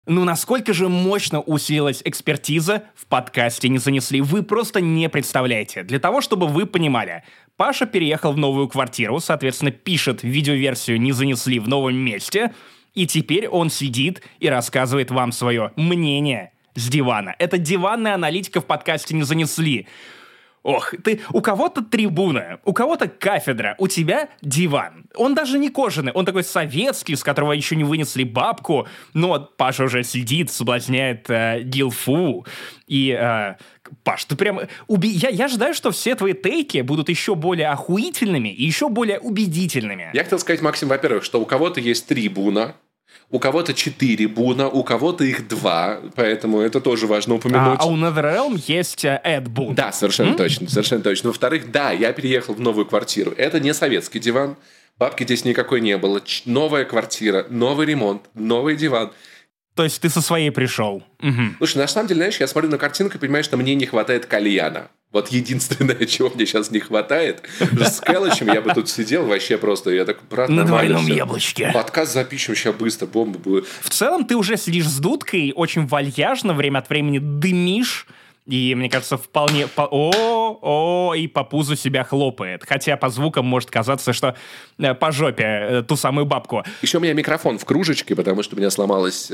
Ну, насколько же мощно усилилась экспертиза в подкасте «Не занесли», вы просто не представляете. Для того, чтобы вы понимали, Паша переехал в новую квартиру, соответственно, пишет видеоверсию «Не занесли» в новом месте, и теперь он сидит и рассказывает вам свое мнение с дивана. Это диванная аналитика в подкасте «Не занесли». Ох, у кого-то трибуна, у кого-то кафедра, у тебя диван. Он даже не кожаный, он такой советский, с которого еще не вынесли бабку. Но вот Паша уже сидит, соблазняет гилфу. И, Паш, ты прям... Я ожидаю, что все твои тейки будут еще более охуительными и еще более убедительными. Я хотел сказать, Максим, во-первых, что у кого-то есть трибуна, у кого-то 4 буна, у кого-то их 2, поэтому это тоже важно упомянуть. А у NetherRealm есть Эд Бун. Да, совершенно точно, совершенно точно. Во-вторых, да, я переехал в новую квартиру. Это не советский диван, бабки здесь никакой не было. Новая квартира, новый ремонт, новый диван. То есть ты со своей пришел. Угу. Слушай, на самом деле, знаешь, я смотрю на картинку и понимаю, что мне не хватает кальяна. Вот единственное, чего мне сейчас не хватает. С Кэлычем я бы тут сидел вообще просто. Я так, брат, на двойном все. Яблочке. Подкаст запишем сейчас быстро, бомба будет. В целом ты уже сидишь с дудкой, очень вальяжно, время от времени дымишь. И, мне кажется, вполне... и по пузу себя хлопает. Хотя по звукам может казаться, что по жопе ту самую бабку. Еще у меня микрофон в кружечке, потому что у меня сломалась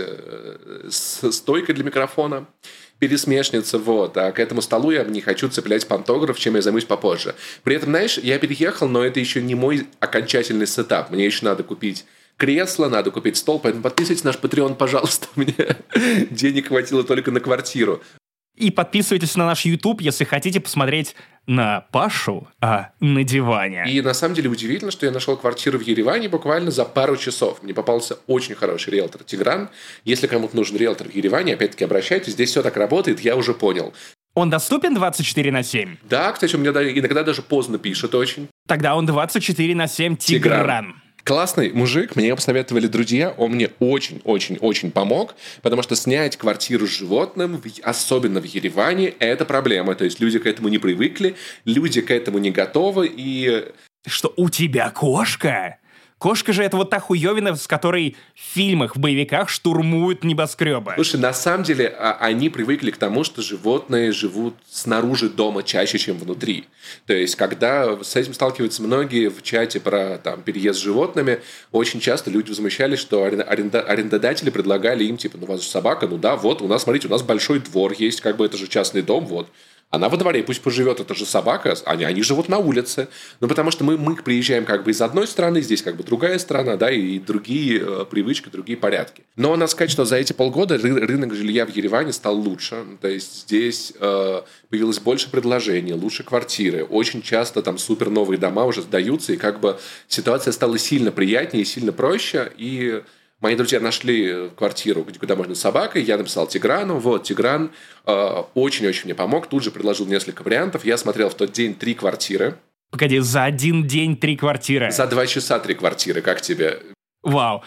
стойка для микрофона. Пересмешница, вот. А к этому столу я не хочу цеплять пантограф, чем я займусь попозже. При этом, знаешь, я переехал, но это еще не мой окончательный сетап. Мне еще надо купить кресло, надо купить стол, поэтому подписывайтесь на наш Patreon, пожалуйста. Мне денег хватило только на квартиру. И подписывайтесь на наш YouTube, если хотите посмотреть на Пашу, на диване. И на самом деле удивительно, что я нашел квартиру в Ереване буквально за пару часов. Мне попался очень хороший риэлтор Тигран. Если кому-то нужен риэлтор в Ереване, опять-таки обращайтесь. Здесь все так работает, я уже понял. Он доступен 24/7? Да, кстати, у меня иногда даже поздно пишет очень. Тогда он 24/7 Тигран. Классный мужик, мне посоветовали друзья, он мне очень-очень-очень помог, потому что снять квартиру с животным, особенно в Ереване, это проблема. То есть люди к этому не привыкли, люди к этому не готовы, и... Что, у тебя кошка? Кошка же это вот та хуёвина, с которой в фильмах, в боевиках штурмуют небоскребы. Слушай, на самом деле они привыкли к тому, что животные живут снаружи дома чаще, чем внутри. То есть, когда с этим сталкиваются многие в чате про переезд с животными, очень часто люди возмущались, что арендодатели предлагали им, типа, ну, у вас же собака, ну да, вот, у нас, смотрите, у нас большой двор есть, как бы это же частный дом, вот. Она во дворе, пусть поживет, это же собака, они живут на улице. Ну, потому что мы приезжаем как бы из одной страны, здесь как бы другая страна, да, и другие привычки, другие порядки. Но надо сказать, что за эти полгода рынок жилья в Ереване стал лучше. То есть здесь появилось больше предложений, лучше квартиры. Очень часто там супер новые дома уже сдаются, и как бы ситуация стала сильно приятнее и сильно проще, и... Мои друзья нашли квартиру, куда можно с собакой. Я написал Тиграну. Вот, Тигран очень-очень мне помог. Тут же предложил несколько вариантов. Я смотрел в тот день 3 квартиры. Погоди, за один день 3 квартиры? За 2 часа 3 квартиры. Как тебе? Вау.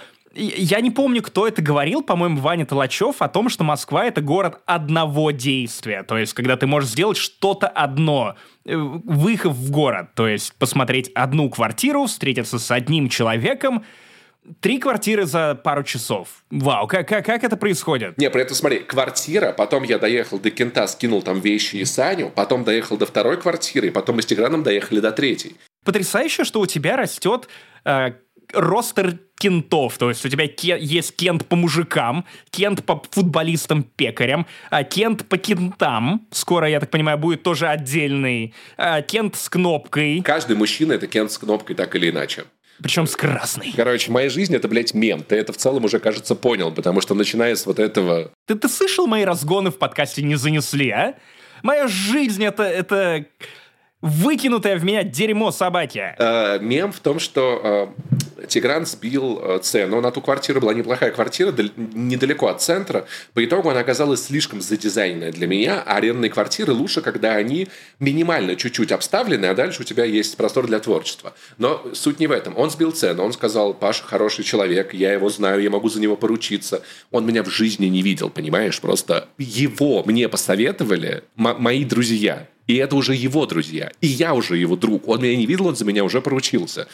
Я не помню, кто это говорил, по-моему, Ваня Толачев, о том, что Москва — это город одного действия. То есть, когда ты можешь сделать что-то одно. Выехав в город. То есть, посмотреть одну квартиру, встретиться с одним человеком, 3 квартиры за пару часов. Вау, как это происходит? Не, при этом смотри, квартира, потом я доехал до Кента, скинул там вещи и Саню, потом доехал до 2 квартиры, потом мы с Тиграном доехали до 3. Потрясающе, что у тебя растет ростер кентов. То есть у тебя есть кент по мужикам, кент по футболистам-пекарям, кент по кентам. Скоро, я так понимаю, будет тоже отдельный. Кент с кнопкой. Каждый мужчина — это кент с кнопкой, так или иначе. Причем с красной. Короче, моя жизнь — это, блядь, мем. Ты это в целом уже, кажется, понял, потому что начиная с вот этого... Ты слышал мои разгоны в подкасте «Не занесли», а? Моя жизнь — это выкинутое в меня дерьмо собаки. Мем в том, что Тигран сбил цену на ту квартиру. Была неплохая квартира, недалеко от центра. По итогу она оказалась слишком задизайненная для меня. А арендные квартиры лучше, когда они минимально чуть-чуть обставлены, а дальше у тебя есть простор для творчества. Но суть не в этом. Он сбил цену. Он сказал: Паша хороший человек, я его знаю, я могу за него поручиться. Он меня в жизни не видел, понимаешь? Просто его мне посоветовали мои друзья. И это уже его друзья. И я уже его друг. Он меня не видел, он за меня уже поручился.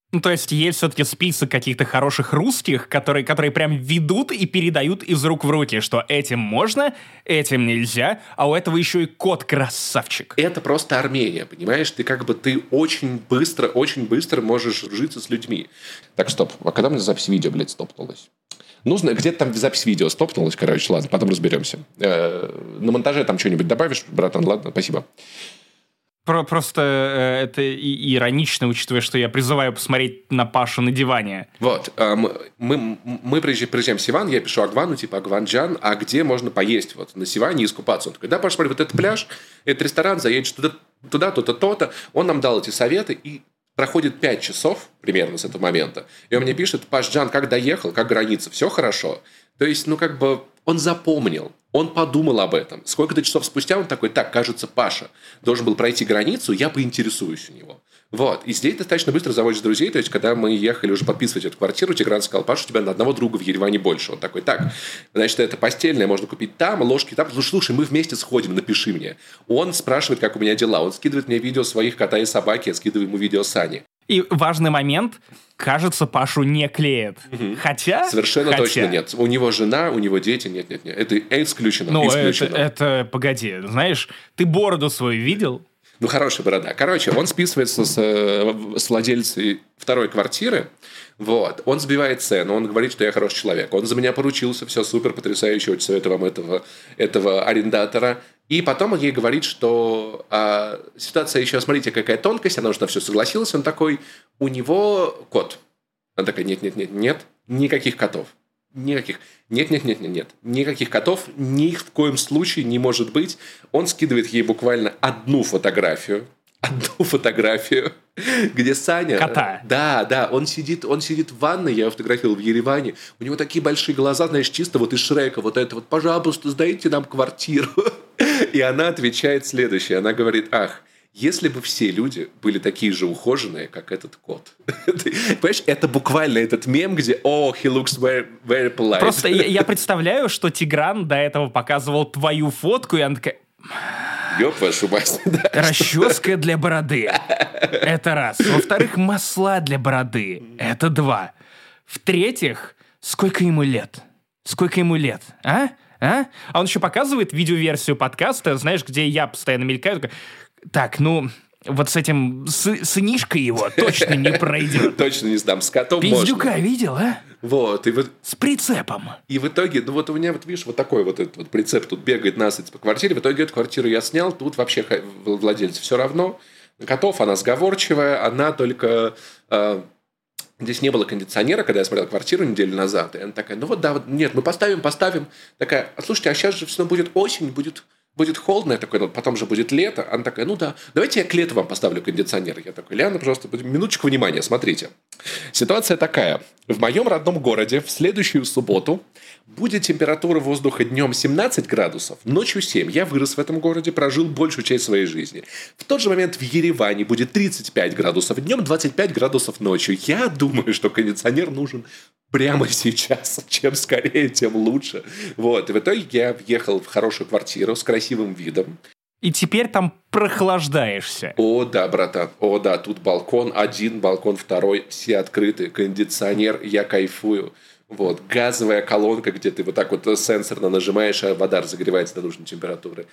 Ну, то есть есть все-таки список каких-то хороших русских, которые прям ведут и передают из рук в руки, что этим можно, этим нельзя, а у этого еще и кот красавчик. Это просто Армения, понимаешь? Ты очень быстро можешь житься с людьми. Так, стоп. А когда у меня запись видео, блядь, стопнулась? Нужно, где-то там запись видео стопнулась, короче, ладно, потом разберемся. На монтаже там что-нибудь добавишь, братан? Ладно, спасибо. Просто это иронично, учитывая, что я призываю посмотреть на Пашу на диване. Вот. Мы приезжаем в Сиван, я пишу Агвану, типа, Агванджан, а где можно поесть вот на Сиване и искупаться? Он такой, да, Паша, смотри, вот этот пляж, этот ресторан, заедешь туда, то-то, то-то. Он нам дал эти советы, и проходит 5 часов примерно с этого момента. И он мне пишет, Паш, Джан, как доехал, как граница, все хорошо? То есть, он запомнил, он подумал об этом. Сколько-то часов спустя он такой, так, кажется, Паша должен был пройти границу, я поинтересуюсь у него. Вот. И здесь достаточно быстро заводишь друзей. То есть, когда мы ехали уже подписывать эту квартиру, Тигран сказал, Паша, у тебя на одного друга в Ереване больше. Он такой, так, значит, это постельное можно купить там, ложки там. Слушай, мы вместе сходим, напиши мне. Он спрашивает, как у меня дела. Он скидывает мне видео своих кота и собаки, я скидываю ему видео Сани. И важный момент, кажется, Пашу не клеят. Хотя... Совершенно точно нет. У него жена, у него дети. Нет. Это исключено. Ну, исключено. Погоди. Знаешь, ты бороду свою видел? Ну, хорошая борода. Короче, он списывается с владельцей второй квартиры. Вот. Он сбивает цену, он говорит, что я хороший человек. Он за меня поручился, все супер, потрясающе, очень советую вам этого арендатора. И потом он ей говорит, что ситуация еще, смотрите, какая тонкость, она уже на все согласилась. Он такой, у него кот. Она такая, нет, никаких котов. Никаких. Нет. Никаких котов ни в коем случае не может быть. Он скидывает ей буквально одну фотографию, где Саня... Кота. Да, он сидит в ванной, я его фотографировал в Ереване, у него такие большие глаза, знаешь, чисто вот из Шрека, вот это вот, пожалуйста, сдайте нам квартиру. И она отвечает следующее, она говорит, если бы все люди были такие же ухоженные, как этот кот. Понимаешь, это буквально этот мем, где he looks very, very polite. Просто я представляю, что Тигран до этого показывал твою фотку, и она такая... Ёб вашу мать. Расческа для бороды. Это раз. Во-вторых, масла для бороды. Это два. В-третьих, сколько ему лет? А? А он еще показывает видеоверсию подкаста, знаешь, где я постоянно мелькаю, такой, так, вот с этим сынишкой его точно не пройдет. Точно не сдам. С котом можно. Пиздюка видел, а? Вот. С прицепом. И в итоге, у меня, видишь, вот такой вот этот вот прицеп тут бегает насыпь по квартире. В итоге эту квартиру я снял. Тут вообще владельцу все равно. Котов, она сговорчивая. Она только... Здесь не было кондиционера, когда я смотрел квартиру неделю назад. И она такая, нет, мы поставим. Такая, слушайте, а сейчас же все будет осень, будет холодно. Я такой, потом же будет лето. Она такая, давайте я к лету вам поставлю кондиционер. Я такой, Лиана, просто минуточку внимания, смотрите. Ситуация такая. В моем родном городе в следующую субботу будет температура воздуха днем 17 градусов, ночью 7. Я вырос в этом городе, прожил большую часть своей жизни. В тот же момент в Ереване будет 35 градусов днем, 25 градусов ночью. Я думаю, что кондиционер нужен прямо сейчас. Чем скорее, тем лучше. Вот. И в итоге я въехал в хорошую квартиру с красивым видом. И теперь там прохлаждаешься. О, да, братан. О, да, тут балкон один, балкон второй, все открыты, кондиционер, я кайфую. Вот, газовая колонка, где ты вот так вот сенсорно нажимаешь, а вода разогревается до нужной температуры.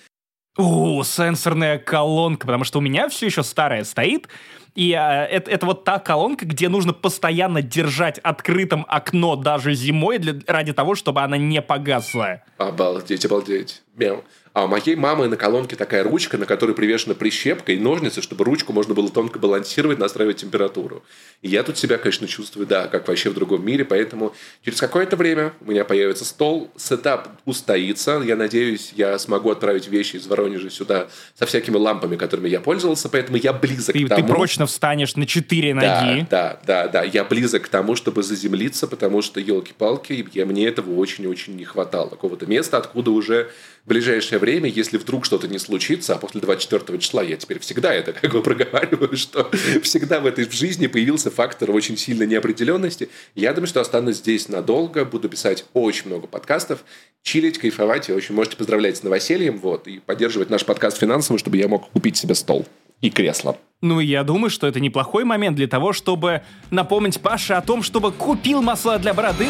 Сенсорная колонка, потому что у меня все еще старая стоит, и это вот та колонка, где нужно постоянно держать открытым окно даже зимой ради того, чтобы она не погасла. Обалдеть. Мяу. А у моей мамы на колонке такая ручка, на которой привешена прищепка и ножницы, чтобы ручку можно было тонко балансировать, настраивать температуру. И я тут себя, конечно, чувствую, как вообще в другом мире, поэтому через какое-то время у меня появится стол, сетап устоится, я надеюсь, я смогу отправить вещи из Воронежа сюда со всякими лампами, которыми я пользовался, поэтому я близок к тому... Ты прочно встанешь на 4 ноги. Да, я близок к тому, чтобы заземлиться, потому что, елки-палки, мне этого очень-очень не хватало. Какого-то места, откуда уже в ближайшее время, если вдруг что-то не случится, а после 24 числа я теперь всегда это проговариваю, что всегда в этой жизни появился фактор очень сильной неопределенности. Я думаю, что останусь здесь надолго, буду писать очень много подкастов, чилить, кайфовать. И очень можете поздравлять с новосельем, и поддерживать наш подкаст финансово, чтобы я мог купить себе стол. И кресло. Ну, я думаю, что это неплохой момент для того, чтобы напомнить Паше о том, чтобы купил масла для бороды.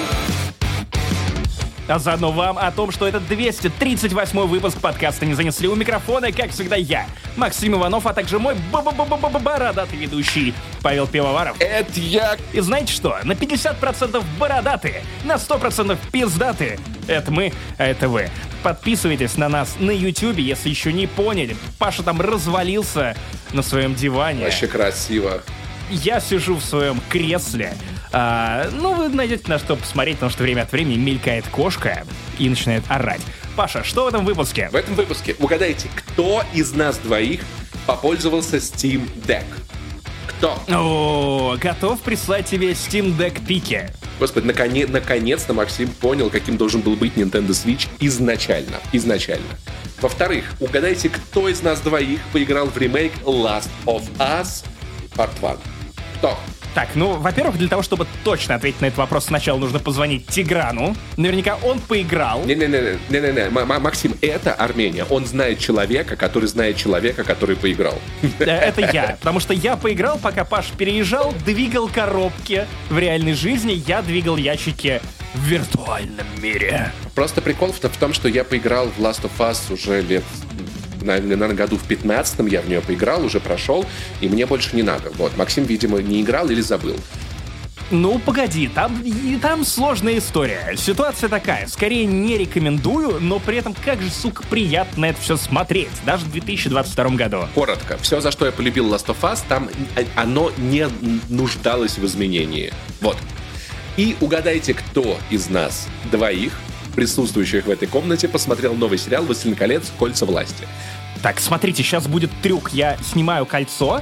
А заодно вам о том, что это 238-й выпуск подкаста «Не занесли». У микрофона, как всегда, я, Максим Иванов, а также мой бородатый ведущий Павел Пивоваров. Это я! И знаете что? На 50% бородатые, на 100% пиздатые. Это мы, а это вы. Подписывайтесь на нас на YouTube, если еще не поняли. Паша там развалился на своем диване. Вообще красиво. Я сижу в своем кресле. Вы найдете на что посмотреть, потому что время от времени мелькает кошка и начинает орать. Паша, что в этом выпуске? В этом выпуске угадайте, кто из нас двоих попользовался Steam Deck? Кто? О, готов прислать тебе Steam Deck пики. Господи, наконец-то Максим понял, каким должен был быть Nintendo Switch изначально. Во-вторых, угадайте, кто из нас двоих поиграл в ремейк Last of Us Part 1? Кто? Так, во-первых, для того, чтобы точно ответить на этот вопрос, сначала нужно позвонить Тиграну. Наверняка он поиграл. Не-не-не, Максим, это Армения. Он знает человека, который поиграл. Это я, потому что я поиграл, пока Паш переезжал, двигал коробки в реальной жизни, я двигал ящики в виртуальном мире. Просто прикол в том, что я поиграл в Last of Us уже лет... Наверное, году в 15-м я в нее поиграл, уже прошел, и мне больше не надо. Вот, Максим, видимо, не играл или забыл. Ну, погоди, там сложная история. Ситуация такая, скорее не рекомендую, но при этом как же, сука, приятно на это все смотреть, даже в 2022 году. Коротко, все, за что я полюбил Last of Us, там оно не нуждалось в изменении. Вот. И угадайте, кто из нас двоих, присутствующих в этой комнате, посмотрел новый сериал «Властелин колец. Кольца власти». Так, смотрите, сейчас будет трюк. Я снимаю кольцо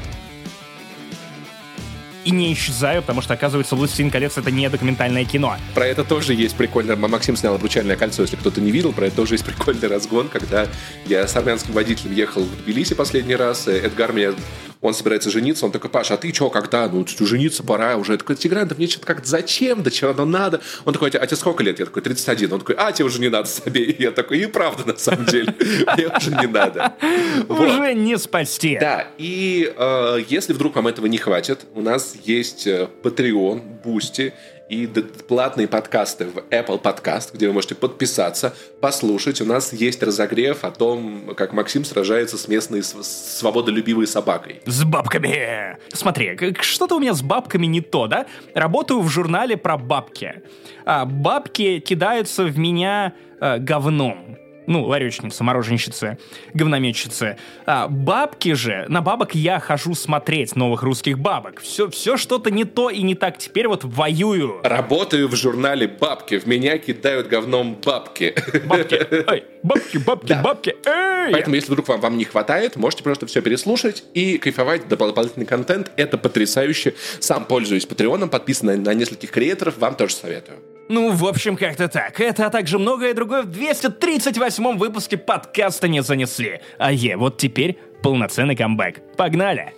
и не исчезаю, потому что, оказывается, «Властелин колец» — это не документальное кино. Про это тоже есть прикольно. Максим снял «Обручальное кольцо», если кто-то не видел. Про это тоже есть прикольный разгон, когда я с армянским водителем ехал в Тбилиси последний раз. Эдгар он собирается жениться, он такой: Паша, а ты чё, когда? Жениться пора уже. Я такой: Тигран, да мне что-то как-то зачем? Да чего оно надо? Он такой: а тебе сколько лет? Я такой: 31. Он такой: тебе уже не надо, забей. Я такой: и правда, на самом деле. Мне уже не надо. Уже не спасти. Да, и если вдруг вам этого не хватит, у нас есть Patreon, Boosty и платные подкасты в Apple Podcast, где вы можете подписаться, послушать. У нас есть разогрев о том, как Максим сражается с местной свободолюбивой собакой. С бабками! Смотри, что-то у меня с бабками не то, да? Работаю в журнале про бабки. Бабки кидаются в меня говном. Ларечницы, мороженщицы, говнометчицы. Бабки же, на бабок я хожу смотреть новых русских бабок. Все что-то не то и не так. Теперь вот воюю. Работаю в журнале «Бабки». В меня кидают говном бабки. Бабки, эй, бабки, да. Бабки, эй! Поэтому, если вдруг вам не хватает, можете просто все переслушать и кайфовать. Дополнительный контент. Это потрясающе. Сам пользуюсь Патреоном, подписан на нескольких креаторов. Вам тоже советую. В общем, как-то так. Это, а также многое другое в 238-м выпуске подкаста «Не занесли». Вот теперь полноценный камбэк. Погнали!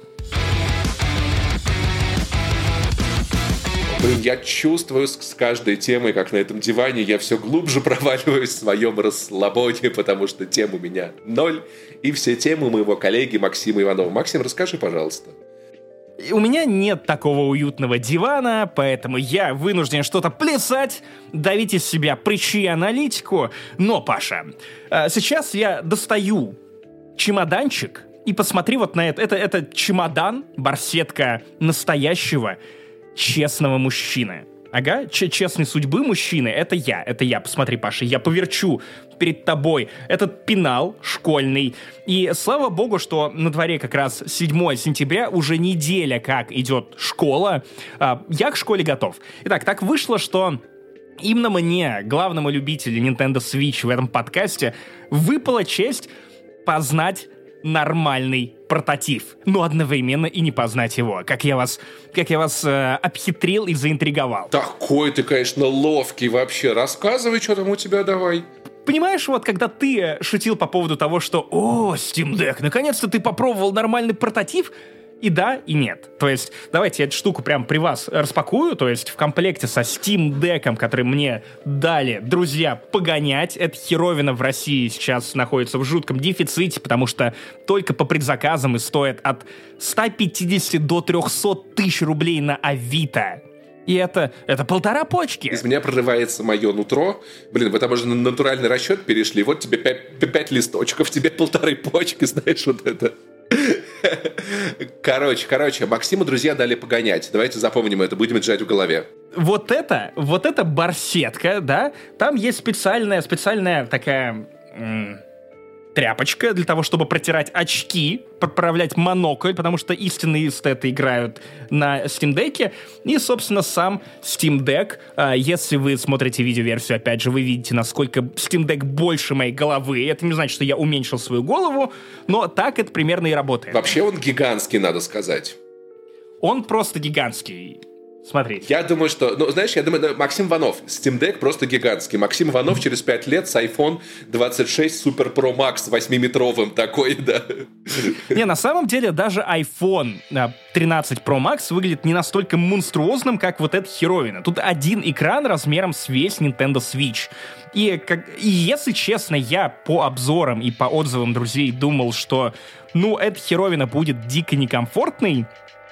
Блин, я чувствую с каждой темой, как на этом диване, я все глубже проваливаюсь в своем расслабоне, потому что тем у меня 0, и все темы моего коллеги Максима Иванова. Максим, расскажи, пожалуйста. У меня нет такого уютного дивана, поэтому я вынужден что-то плясать, давить из себя прыщи и аналитику. Но, Паша, сейчас я достаю чемоданчик, и посмотри вот на это. Это чемодан, барсетка настоящего честного мужчины. Ага, честной судьбы мужчины, это я. Посмотри, Паша, я поверчу перед тобой этот пенал школьный. И слава богу, что на дворе как раз 7 сентября, уже неделя как идет школа. Я к школе готов. Итак, так вышло, что именно мне, главному любителю Nintendo Switch в этом подкасте, выпала честь познать нормальный прототип, но одновременно и не познать его. Как я вас обхитрил и заинтриговал. Такой ты, конечно, ловкий вообще. Рассказывай, что там у тебя, давай. Понимаешь, вот когда ты шутил по поводу того, что «О, Steam Deck, наконец-то ты попробовал нормальный прототип», И да, и нет. То есть, давайте я эту штуку прям при вас распакую. То есть, в комплекте со Steam Deck'ом, который мне дали друзья погонять, эта херовина в России сейчас находится в жутком дефиците, потому что только по предзаказам и стоит от 150 до 300 тысяч рублей на Авито. И это 1,5 почки. Из меня прорывается мое нутро. Блин, вы там уже на натуральный расчет перешли. Вот тебе 5 листочков, тебе 1,5 почки, знаешь, вот это. Короче, Максиму друзья дали погонять. Давайте запомним это, будем держать в голове. Вот это барсетка, да? Там есть специальная такая... тряпочка для того, чтобы протирать очки, поправлять монокль, потому что истинные эстеты играют на Steam Deck'е. И, собственно, сам Steam Deck. Если вы смотрите видеоверсию, опять же, вы видите, насколько Steam Deck больше моей головы. Это не значит, что я уменьшил свою голову, но так это примерно и работает. Вообще он гигантский, надо сказать. Он просто гигантский. Смотрите. Я думаю, что... я думаю, Максим Иванов, Steam Deck просто гигантский. Максим Иванов через 5 лет с iPhone 26 Super Pro Max 8-метровым такой, да. Не, на самом деле даже iPhone 13 Pro Max выглядит не настолько монструозным, как вот эта херовина. Тут один экран размером с весь Nintendo Switch. И если честно, я по обзорам и по отзывам друзей думал, что, эта херовина будет дико некомфортной,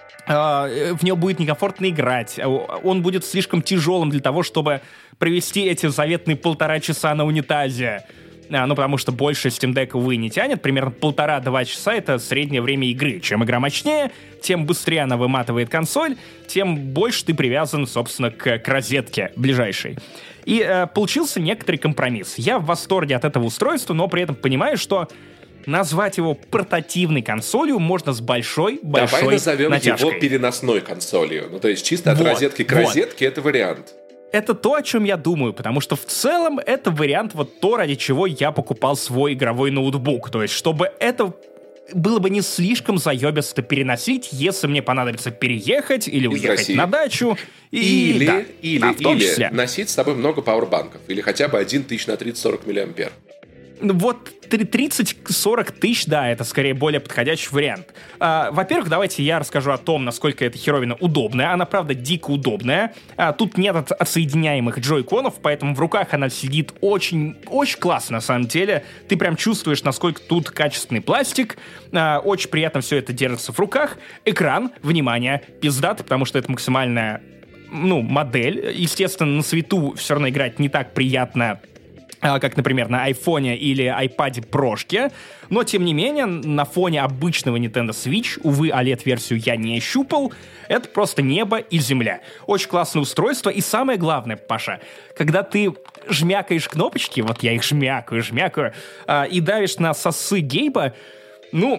в нее будет некомфортно играть, он будет слишком тяжелым для того, чтобы провести эти заветные 1,5 часа на унитазе. Потому что больше Steam Deck, увы, не тянет. Примерно 1,5-2 часа — это среднее время игры. Чем игра мощнее, тем быстрее она выматывает консоль, тем больше ты привязан, собственно, к розетке ближайшей. И получился некоторый компромисс. Я в восторге от этого устройства, но при этом понимаю, что назвать его портативной консолью можно с большой натяжкой. Давай назовем его переносной консолью. То есть чисто от розетки к розетке это вариант. Это то, о чем я думаю, потому что в целом это вариант то, ради чего я покупал свой игровой ноутбук. То есть чтобы это было бы не слишком заебисто переносить, если мне понадобится переехать или уехать на дачу. Или носить с собой много пауэрбанков. Или хотя бы 1000 на 30-40 мА. Вот 30-40 тысяч, да, это скорее более подходящий вариант. Во-первых, давайте я расскажу о том, насколько эта херовина удобная. Она, правда, дико удобная. Тут нет отсоединяемых джойконов, поэтому в руках она сидит очень, очень классно, на самом деле. Ты прям чувствуешь, насколько тут качественный пластик. Очень приятно все это держится в руках. Экран, внимание, пиздатый, потому что это максимальная, модель. Естественно, на свету все равно играть не так приятно, как, например, на iPhone или iPad Pro-шке, но, тем не менее, на фоне обычного Nintendo Switch, увы, OLED-версию я не щупал, это просто небо и земля. Очень классное устройство, и самое главное, Паша, когда ты жмякаешь кнопочки, вот я их жмякаю, и давишь на сосы Гейба, у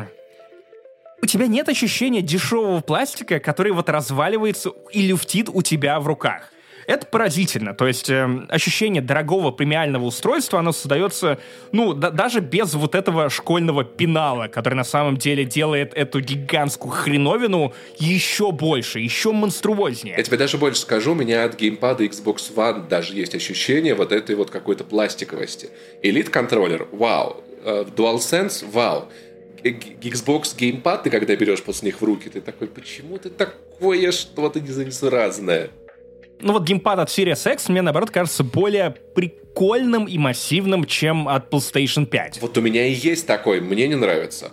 тебя нет ощущения дешевого пластика, который разваливается и люфтит у тебя в руках. Это поразительно. То есть ощущение дорогого премиального устройства, оно создается, даже без вот этого школьного пенала, который на самом деле делает эту гигантскую хреновину еще больше, еще монструознее. Я тебе даже больше скажу, у меня от геймпада Xbox One даже есть ощущение вот этой какой-то пластиковости. Elite контроллер, вау. DualSense, вау. Xbox геймпад, ты когда берешь после них в руки, ты такой, почему ты такое что-то несуразное? Геймпад от Series X мне, наоборот, кажется более прикольным и массивным, чем от PlayStation 5. Вот у меня и есть такой, мне не нравится.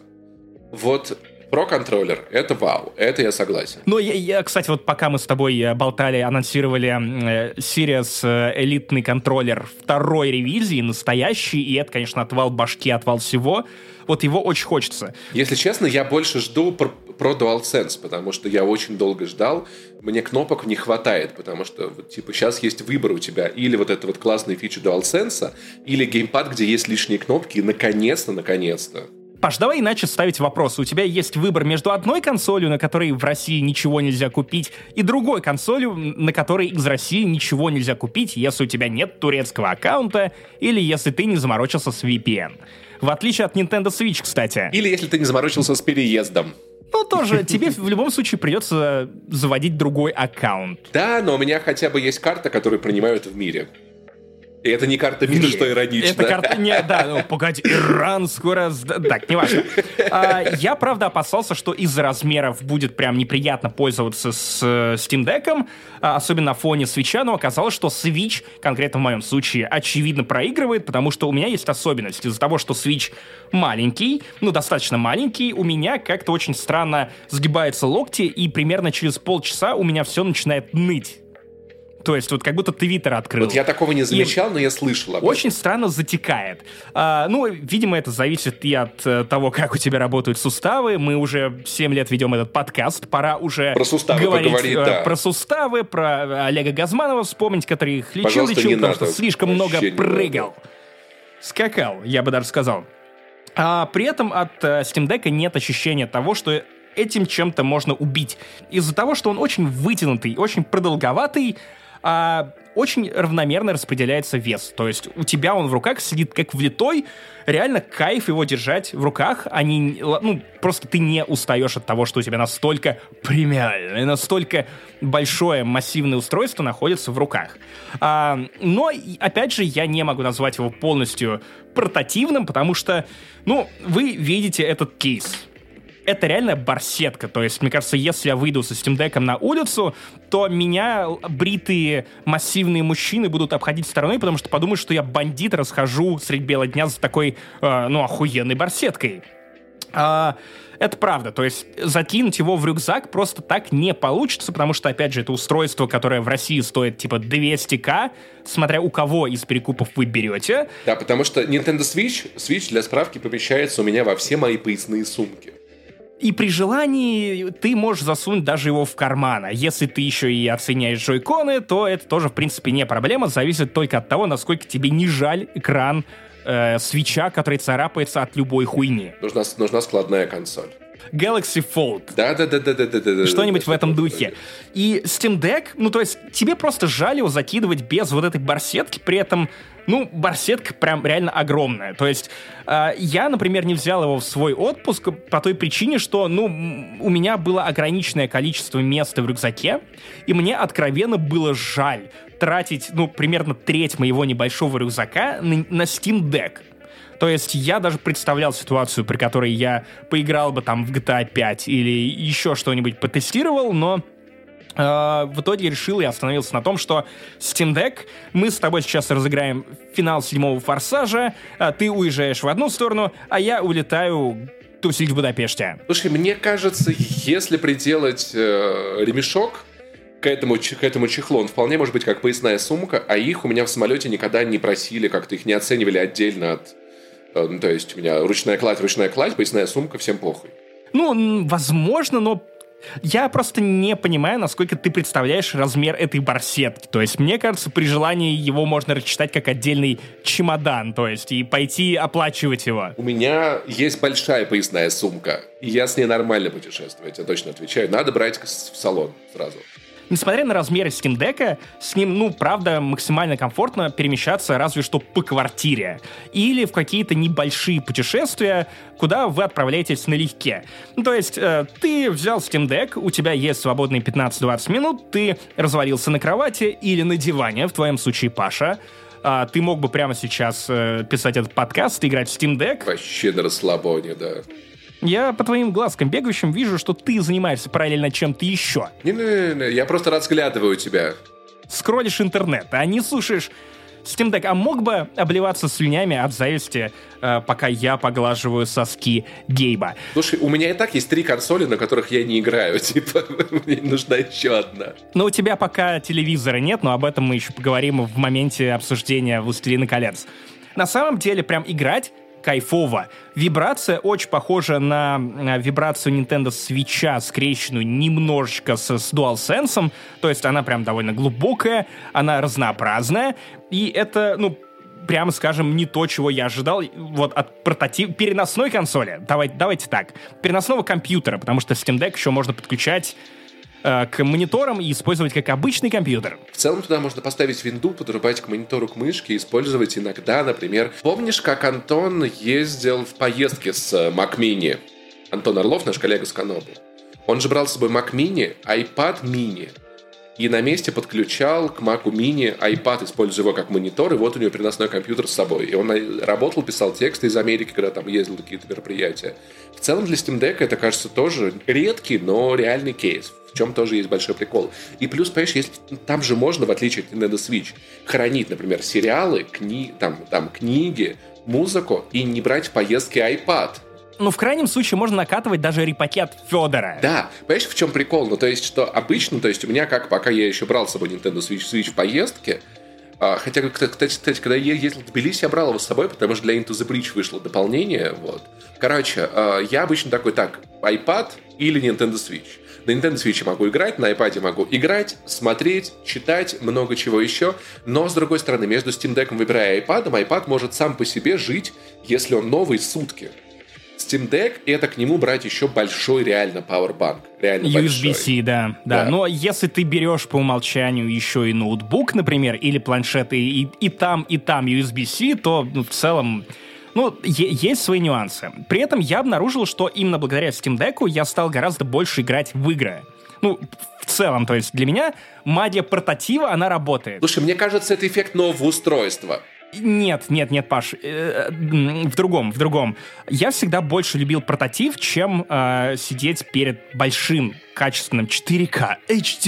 Pro контроллер — это вау, это я согласен. Кстати, пока мы с тобой болтали, анонсировали Series элитный контроллер второй ревизии, настоящий, и это, конечно, отвал башки, отвал всего. Его очень хочется. Если честно, я больше жду Pro DualSense, потому что я очень долго ждал, мне кнопок не хватает, потому что сейчас есть выбор у тебя, или эта классная фича DualSense, или геймпад, где есть лишние кнопки, и наконец-то. Паш, давай иначе ставить вопрос. У тебя есть выбор между одной консолью, на которой в России ничего нельзя купить, и другой консолью, на которой из России ничего нельзя купить, если у тебя нет турецкого аккаунта, или если ты не заморочился с VPN. В отличие от Nintendo Switch, кстати. Или если ты не заморочился с переездом. Тоже тебе в любом случае придется заводить другой аккаунт. Да, но у меня хотя бы есть карта, которую принимают в мире. И это не карта мира, что иронично. Это карта... Нет, да, ну, погоди, Иран скоро... Так, неважно. Я, правда, опасался, что из-за размеров будет прям неприятно пользоваться с Steam Deck'ом, особенно на фоне Switch'а, но оказалось, что Switch, конкретно в моем случае, очевидно проигрывает, потому что у меня есть особенность. Из-за того, что Switch маленький, ну, достаточно маленький, у меня как-то очень странно сгибаются локти, и примерно через полчаса у меня все начинает ныть. То есть вот как будто Твиттер открыл. Вот я такого не замечал, но я слышал об этом. Очень странно затекает. Ну, видимо, это зависит и от того, как у тебя работают суставы. Мы уже 7 лет ведем этот подкаст. Пора уже про суставы говорить да. про суставы, про Олега Газманова вспомнить, который их лечил, потому что слишком много прыгал. Скакал, я бы даже сказал. При этом от Steam Deck'а нет ощущения того, что этим чем-то можно убить. Из-за того, что он очень вытянутый, очень продолговатый, очень равномерно распределяется вес. То есть у тебя он в руках сидит как влитой, реально кайф его держать в руках, просто ты не устаешь от того, что у тебя настолько премиальное, настолько большое массивное устройство находится в руках. Но, опять же, я не могу назвать его полностью портативным, потому что, вы видите этот кейс. Это реально барсетка, то есть, мне кажется, если я выйду со Steam Deck'ом на улицу, то меня бритые массивные мужчины будут обходить стороной, потому что подумают, что я бандит, расхожу средь бела дня за такой, охуенной барсеткой. Это правда, то есть закинуть его в рюкзак просто так не получится, потому что, опять же, это устройство, которое в России стоит типа 200к, смотря у кого из перекупов вы берете. Да, потому что Nintendo Switch для справки помещается у меня во все мои поясные сумки. И при желании ты можешь засунуть даже его в карман. А если ты еще и оценяешь джойконы, то это тоже, в принципе, не проблема. Зависит только от того, насколько тебе не жаль экран свитча, который царапается от любой хуйни. Нужна складная консоль. Galaxy Fold. Да. Что-нибудь в этом духе. И Steam Deck, то есть тебе просто жаль его закидывать без вот этой барсетки, при этом, барсетка прям реально огромная. То есть я, например, не взял его в свой отпуск по той причине, что, у меня было ограниченное количество места в рюкзаке, и мне откровенно было жаль тратить, примерно треть моего небольшого рюкзака на Steam Deck. То есть я даже представлял ситуацию, при которой я поиграл бы там в GTA 5 или еще что-нибудь потестировал, но в итоге решил и остановился на том, что Steam Deck, мы с тобой сейчас разыграем финал 7-го Форсажа, ты уезжаешь в одну сторону, а я улетаю тусить в Будапеште. Слушай, мне кажется, если приделать ремешок к этому чехлу, он вполне может быть как поясная сумка, а их у меня в самолете никогда не просили, как-то их не оценивали отдельно от... то есть у меня ручная кладь, поясная сумка, всем похуй. Возможно, но я просто не понимаю, насколько ты представляешь размер этой барсетки. То есть, мне кажется, при желании его можно рассчитать как отдельный чемодан, то есть, и пойти оплачивать его. У меня есть большая поясная сумка, и я с ней нормально путешествую, я точно отвечаю. Надо брать в салон сразу. Несмотря на размеры Steam Deck'а, с ним, правда, максимально комфортно перемещаться разве что по квартире. Или в какие-то небольшие путешествия, куда вы отправляетесь налегке. То есть, ты взял Steam Deck, у тебя есть свободные 15-20 минут, ты развалился на кровати или на диване, в твоем случае Паша. Ты мог бы прямо сейчас писать этот подкаст и играть в Steam Deck. Вообще на расслабоне, да. Я по твоим глазкам бегающим вижу, что ты занимаешься параллельно чем-то еще. Не, я просто разглядываю тебя. Скроллишь интернет, а не слушаешь Steam Deck. А мог бы обливаться слюнями от зависти, пока я поглаживаю соски Гейба? Слушай, у меня и так есть 3 консоли, на которых я не играю. Типа, мне нужна еще одна. Но у тебя пока телевизора нет, но об этом мы еще поговорим в моменте обсуждения «Властелина колец». На самом деле, прям играть кайфово. Вибрация очень похожа на вибрацию Nintendo Switch'а, скрещенную немножечко с DualSense, то есть она прям довольно глубокая, она разнообразная, и это, прямо скажем, не то, чего я ожидал вот от переносной консоли. Давайте так. Переносного компьютера, потому что Steam Deck еще можно подключать к мониторам и использовать как обычный компьютер. В целом туда можно поставить винду, подрубать к монитору, к мышке, использовать иногда, например. Помнишь, как Антон ездил в поездке с Mac Mini? Антон Орлов, наш коллега с Канобу. Он же брал с собой Mac Mini, iPad Mini и на месте подключал к Mac Mini iPad, используя его как монитор, и вот у него переносной компьютер с собой. И он работал, писал тексты из Америки, когда там ездил на какие-то мероприятия. В целом для Steam Deck это, кажется, тоже редкий, но реальный кейс, в чем тоже есть большой прикол. И плюс, понимаешь, если, там же можно, в отличие от Nintendo Switch, хранить, например, сериалы, книги, музыку и не брать в поездки iPad. Ну, в крайнем случае, можно накатывать даже репакет Федора. Да, понимаешь, в чем прикол? Ну, то есть, что обычно, то есть, у меня, как пока я еще брал с собой Nintendo Switch в поездке, хотя, кстати, когда я ездил в Тбилиси, я брал его с собой, потому что для Into the Breach вышло дополнение, вот. Короче, я обычно такой, iPad или Nintendo Switch. На Nintendo Switch я могу играть, на iPad могу играть, смотреть, читать, много чего еще. Но, с другой стороны, между Steam Deck выбирая iPad может сам по себе жить, если он новый, сутки. Steam Deck, и это к нему брать еще большой реально Powerbank. Реально USB-C, да. Но если ты берешь по умолчанию еще и ноутбук, например, или планшеты, и там USB-C, то в целом... есть свои нюансы. При этом я обнаружил, что именно благодаря Steam Deck'у я стал гораздо больше играть в игры. В целом, то есть для меня магия портатива, она работает. Слушай, мне кажется, это эффект нового устройства. Нет, Паш, в другом. Я всегда больше любил портатив, чем сидеть перед большим, качественным 4К,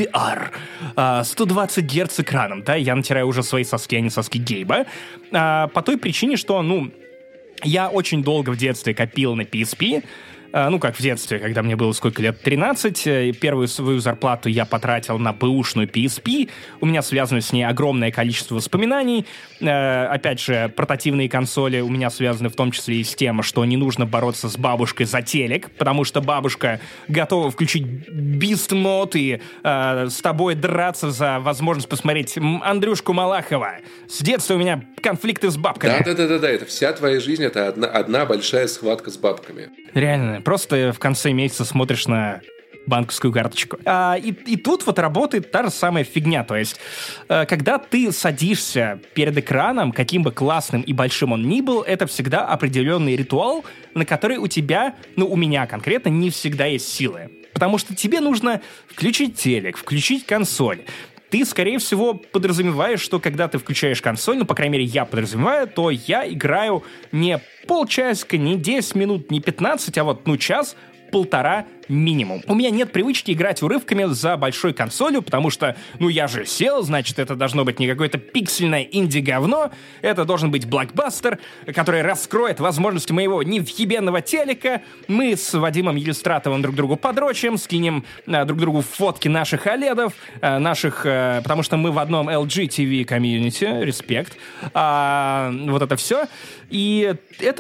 HDR, 120 Гц экраном, да, я натираю уже свои соски, а не соски Гейба, по той причине, что, я очень долго в детстве копил на PSP, как в детстве, когда мне было сколько лет, 13, первую свою зарплату я потратил на бэушную PSP, у меня связано с ней огромное количество воспоминаний, опять же, портативные консоли у меня связаны в том числе и с тем, что не нужно бороться с бабушкой за телек, потому что бабушка готова включить Beast Mode и с тобой драться за возможность посмотреть Андрюшку Малахова. С детства у меня конфликты с бабками. Да, это вся твоя жизнь, это одна большая схватка с бабками. Реально, просто в конце месяца смотришь на банковскую карточку. И тут вот работает та же самая фигня. То есть, когда ты садишься перед экраном, каким бы классным и большим он ни был, это всегда определенный ритуал, на который у тебя, у меня конкретно, не всегда есть силы. Потому что тебе нужно включить телек, включить консоль. Ты, скорее всего, подразумеваешь, что когда ты включаешь консоль, по крайней мере, я подразумеваю, то я играю не полчасика, не 10 минут, не 15, а вот, час-полтора минимум. У меня нет привычки играть урывками за большой консолью, потому что, я же сел, значит, это должно быть не какое-то пиксельное инди-говно, это должен быть блокбастер, который раскроет возможности моего невъебенного телека. Мы с Вадимом Елистратовым друг другу подрочим, скинем друг другу фотки наших OLED-ов, потому что мы в одном LG TV комьюнити, респект. Вот это все. И это,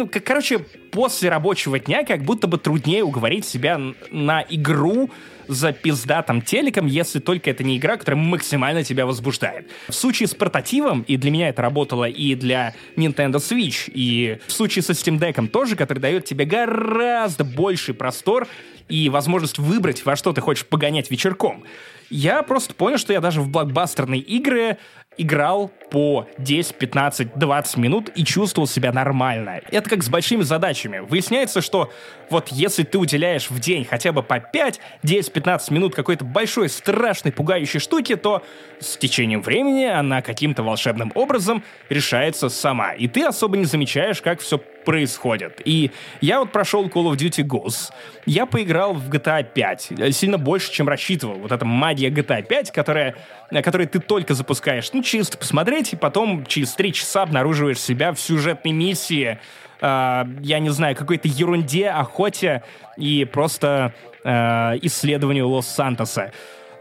после рабочего дня как будто бы труднее уговорить себя на игру за пиздатым телеком, если только это не игра, которая максимально тебя возбуждает. В случае с портативом, и для меня это работало и для Nintendo Switch, и в случае со Steam Deck'ом тоже, который дает тебе гораздо больший простор и возможность выбрать, во что ты хочешь погонять вечерком. Я просто понял, что я даже в блокбастерные игры играл по 10, 15, 20 минут и чувствовал себя нормально. Это как с большими задачами. Выясняется, что вот если ты уделяешь в день хотя бы по 5, 10, 15 минут какой-то большой, страшной, пугающей штуки, то с течением времени она каким-то волшебным образом решается сама. И ты особо не замечаешь, как все происходит. И я вот прошел Call of Duty Ghosts. Я поиграл в GTA 5. Сильно больше, чем рассчитывал. Вот эта магия GTA 5, которую ты только запускаешь, чисто посмотреть, и потом через 3 часа обнаруживаешь себя в сюжетной миссии, я не знаю, какой-то ерунде, охоте и просто исследованию Лос-Сантоса.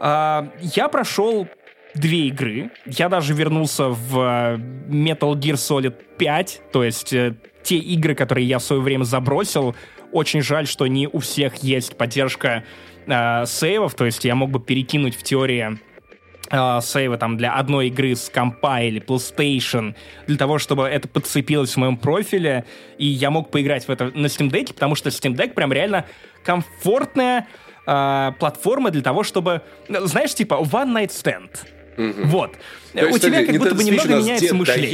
Я прошел 2 игры. Я даже вернулся в Metal Gear Solid 5, то есть те игры, которые я в свое время забросил. Очень жаль, что не у всех есть поддержка сейвов, то есть я мог бы перекинуть в теории сейвы для одной игры с компа или PlayStation, для того, чтобы это подцепилось в моем профиле, и я мог поиграть в это на Steam Deck, потому что Steam Deck прям реально комфортная платформа для того, чтобы, знаешь, One Night Stand. Вот. У тебя как будто бы немного меняется мышление.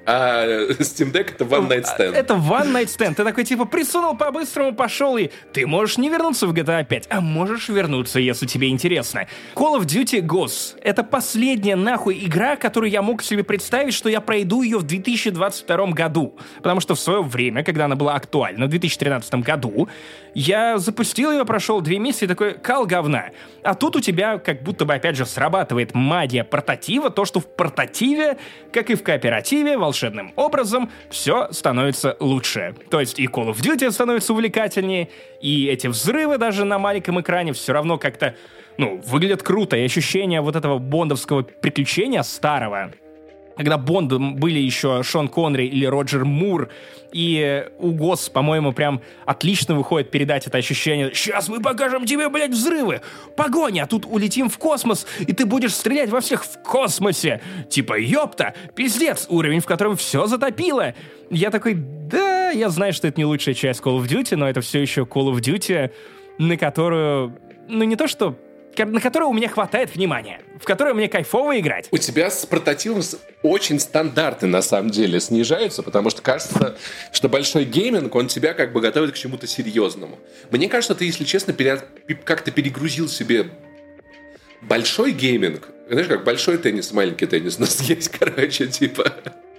А Steam Deck — это one night stand. Это one night stand. Ты такой, типа, присунул по-быстрому, пошел, и ты можешь не вернуться в GTA 5, а можешь вернуться, если тебе интересно. Call of Duty Ghosts — это последняя, нахуй, игра, которую я мог себе представить, что я пройду ее в 2022 году. Потому что в свое время, когда она была актуальна, в 2013 году, я запустил ее, прошел 2 месяца и такой, кал говна. А тут у тебя как будто бы, опять же, срабатывает магия портатива, то, что в портативе, как и в кооперативе, волшебным образом все становится лучше. То есть и Call of Duty становится увлекательнее, и эти взрывы даже на маленьком экране все равно как-то, выглядят круто, и ощущение вот этого бондовского приключения старого, когда Бондом были еще Шон Коннери или Роджер Мур, и у ГОС, по-моему, прям отлично выходит передать это ощущение. Сейчас мы покажем тебе, блядь, взрывы, погоня, а тут улетим в космос, и ты будешь стрелять во всех в космосе. Типа, ёпта, пиздец, уровень, в котором все затопило. Я такой, да, я знаю, что это не лучшая часть Call of Duty, но это все еще Call of Duty, на которую, не то что... на которую у меня хватает внимания, в которую мне кайфово играть. У тебя с портативом очень стандарты, на самом деле, снижаются, потому что кажется, что большой гейминг, он тебя как бы готовит к чему-то серьезному. Мне кажется, ты, если честно, как-то перегрузил себе большой гейминг. Знаешь, как большой теннис, маленький теннис у нас есть, короче, типа...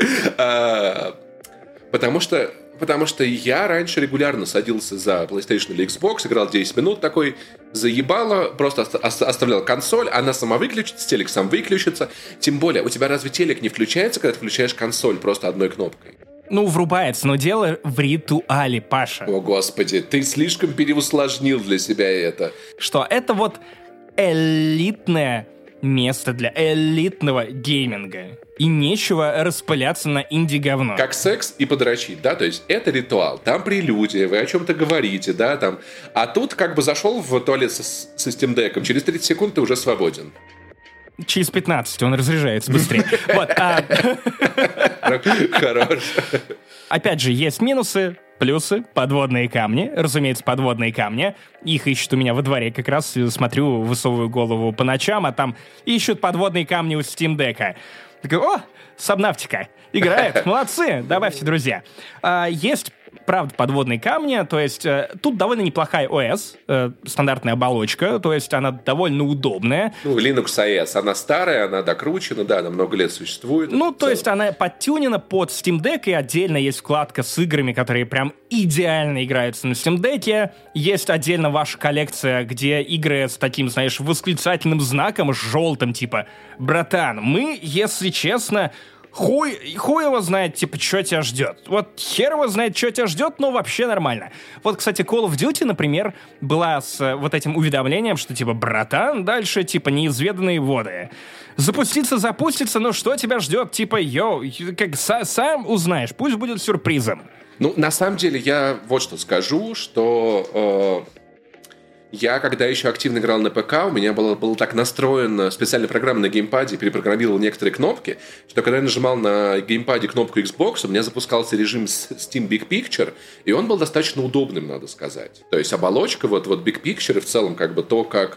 Потому что я раньше регулярно садился за PlayStation или Xbox, играл 10 минут, такой заебало, просто оставлял консоль, она сама выключится, телек сам выключится. Тем более, у тебя разве телек не включается, когда ты включаешь консоль просто одной кнопкой? Врубается, но дело в ритуале, Паша. О, господи, ты слишком переусложнил для себя это. Что это вот элитное место для элитного гейминга. И нечего распыляться на инди-говно. Как секс и подрочить, да? То есть это ритуал. Там прелюдия, вы о чем-то говорите, да? Там. А тут как бы зашел в туалет со Steam Deck'ом, через 30 секунд ты уже свободен. Через 15 он разряжается быстрее. Хорош. Опять же, есть минусы, плюсы, подводные камни. Разумеется, подводные камни. Их ищут у меня во дворе. Как раз смотрю, высовываю голову по ночам, а там ищут подводные камни у Steam Deck'а. Такой, Сабнавтика играет, молодцы, добавьте, друзья. Есть, правда, подводные камни, то есть тут довольно неплохая ОС, стандартная оболочка, то есть она довольно удобная. Linux OS, она старая, она докручена, да, она много лет существует. То есть она подтюнена под Steam Deck, и отдельно есть вкладка с играми, которые прям идеально играются на Steam Deck. Есть отдельно ваша коллекция, где игры с таким, знаешь, восклицательным знаком, желтым, типа, братан, мы, если честно... Хуй его знает, типа, что тебя ждет. Вот хер его знает, что тебя ждет, но вообще нормально. Вот, кстати, Call of Duty, например, была с вот этим уведомлением, что, типа, братан, дальше, типа, неизведанные воды. Запустится, но что тебя ждет? Типа, как сам узнаешь, пусть будет сюрпризом. На самом деле, я вот что скажу, что... Я, когда еще активно играл на ПК, у меня был так настроен специальная программа на геймпаде, перепрограммировал некоторые кнопки, что когда я нажимал на геймпаде кнопку Xbox, у меня запускался режим Steam Big Picture, и он был достаточно удобным, надо сказать. То есть оболочка, вот Big Picture, и в целом как бы то, как...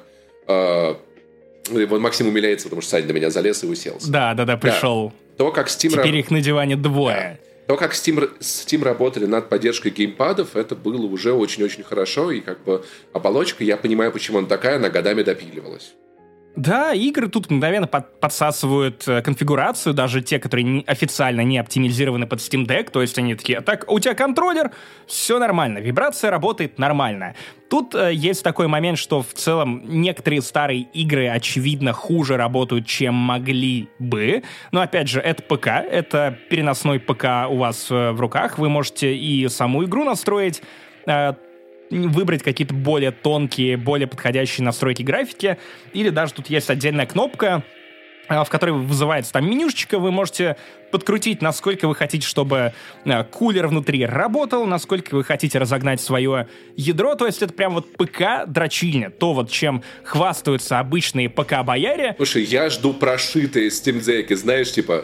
Вот Максим умиляется, потому что Саня на меня залез и уселся. Да, пришел. Да. То, как Steam... Теперь их на диване двое. Да. То, как Steam работали над поддержкой геймпадов, это было уже очень-очень хорошо, и как бы оболочка, я понимаю, почему она такая, она годами допиливалась. Да, игры тут мгновенно подсасывают конфигурацию, даже те, которые официально не оптимизированы под Steam Deck, то есть они такие, так, у тебя контроллер, все нормально, вибрация работает нормально. Тут есть такой момент, что в целом некоторые старые игры, очевидно, хуже работают, чем могли бы, но опять же, это ПК, это переносной ПК у вас в руках, вы можете и саму игру настроить, выбрать какие-то более тонкие, более подходящие настройки графики, или даже тут есть отдельная кнопка, в которой вызывается там менюшечка, вы можете подкрутить, насколько вы хотите, чтобы кулер внутри работал, насколько вы хотите разогнать свое ядро, то есть это прям вот ПК-дрочильня, то вот чем хвастаются обычные ПК-бояре. Слушай, я жду прошитые Steam Deck'и, знаешь, типа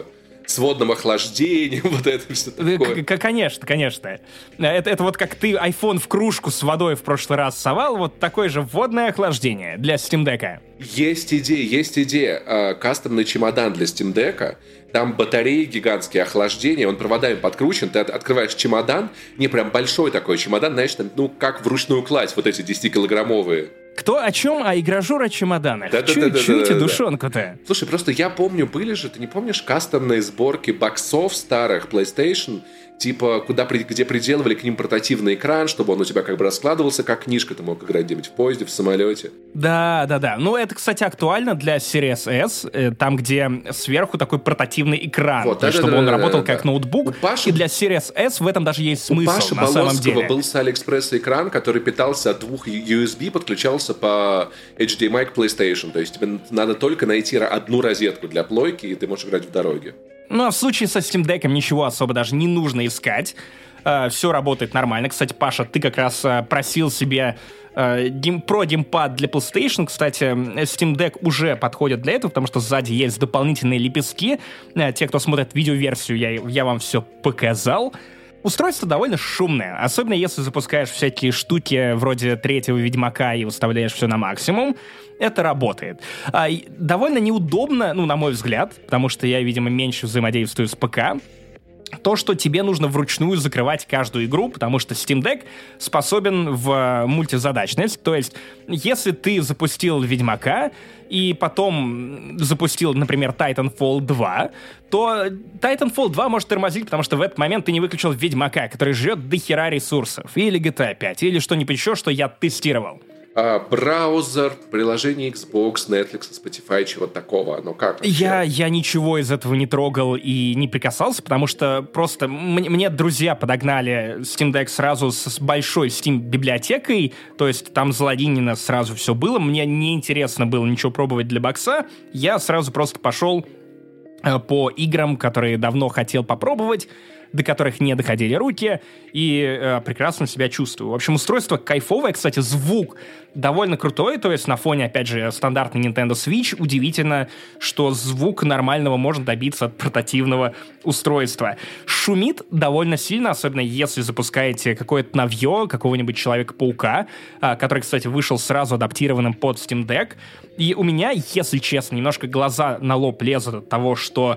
с водным охлаждением, вот это все такое. Конечно, конечно. Это вот как ты iPhone в кружку с водой в прошлый раз совал, вот такое же водное охлаждение для Steam Deck'а. Есть идея. Кастомный чемодан для Steam Deck'а. Там батареи гигантские, охлаждение, он проводами подкручен, ты открываешь чемодан, не прям большой такой чемодан, знаешь, там, как вручную кладь, вот эти 10-килограммовые. Кто о чем, а игражур о чемоданах. Чуйте душонку-то. Слушай, просто я помню, были же, ты не помнишь кастомные сборки боксов старых PlayStation, типа, где приделывали к ним портативный экран, чтобы он у тебя как бы раскладывался, как книжка, ты мог играть где-нибудь в поезде, в самолете. Да. Ну, это, кстати, актуально для Series S, там, где сверху такой портативный экран, вот, чтобы он работал как ноутбук. И для Series S в этом даже есть смысл, на самом деле. У Паши был с AliExpress экран, который питался от двух USB, подключался по HDMI к PlayStation. То есть тебе надо только найти одну розетку для плойки, и ты можешь играть в дороге. Ну, а в случае со Steam Deck'ом ничего особо даже не нужно искать. Все работает нормально. Кстати, Паша, ты как раз просил себе Pro геймпад для PlayStation. Кстати, Steam Deck уже подходит для этого, потому что сзади есть дополнительные лепестки. Те, кто смотрит видеоверсию, я вам все показал. Устройство довольно шумное, особенно если запускаешь всякие штуки вроде третьего Ведьмака и выставляешь все на максимум. Это работает. Довольно неудобно, на мой взгляд, потому что я, видимо, меньше взаимодействую с ПК. То, что тебе нужно вручную закрывать каждую игру, потому что Steam Deck способен в мультизадачность. То есть, если ты запустил Ведьмака и потом запустил, например, Titanfall 2, то Titanfall 2 может тормозить, потому что в этот момент ты не выключил Ведьмака, который жрет дохера ресурсов. Или GTA 5, или что-нибудь еще, что я тестировал. Браузер, приложение Xbox, Netflix, Spotify, чего такого, оно как вообще? Я ничего из этого не трогал и не прикасался, потому что просто мне друзья подогнали Steam Deck сразу с большой Steam-библиотекой, то есть там залогинено сразу все было, мне неинтересно было ничего пробовать для бокса, я сразу просто пошел по играм, которые давно хотел попробовать, до которых не доходили руки, и прекрасно себя чувствую. В общем, устройство кайфовое, кстати, звук довольно крутой, то есть на фоне, опять же, стандартной Nintendo Switch удивительно, что звук нормального можно добиться от портативного устройства. Шумит довольно сильно, особенно если запускаете какое-то новье, какого-нибудь Человека-паука, который, кстати, вышел сразу адаптированным под Steam Deck, и у меня, если честно, немножко глаза на лоб лезут от того, что,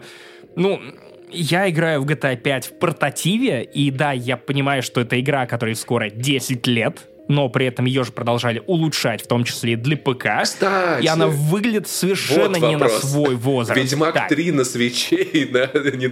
я играю в GTA 5 в портативе, и да, я понимаю, что это игра, которой скоро 10 лет, но при этом ее же продолжали улучшать, в том числе и для ПК. Кстати, и она выглядит совершенно не на свой возраст. Ведьмак 3 на свитче и на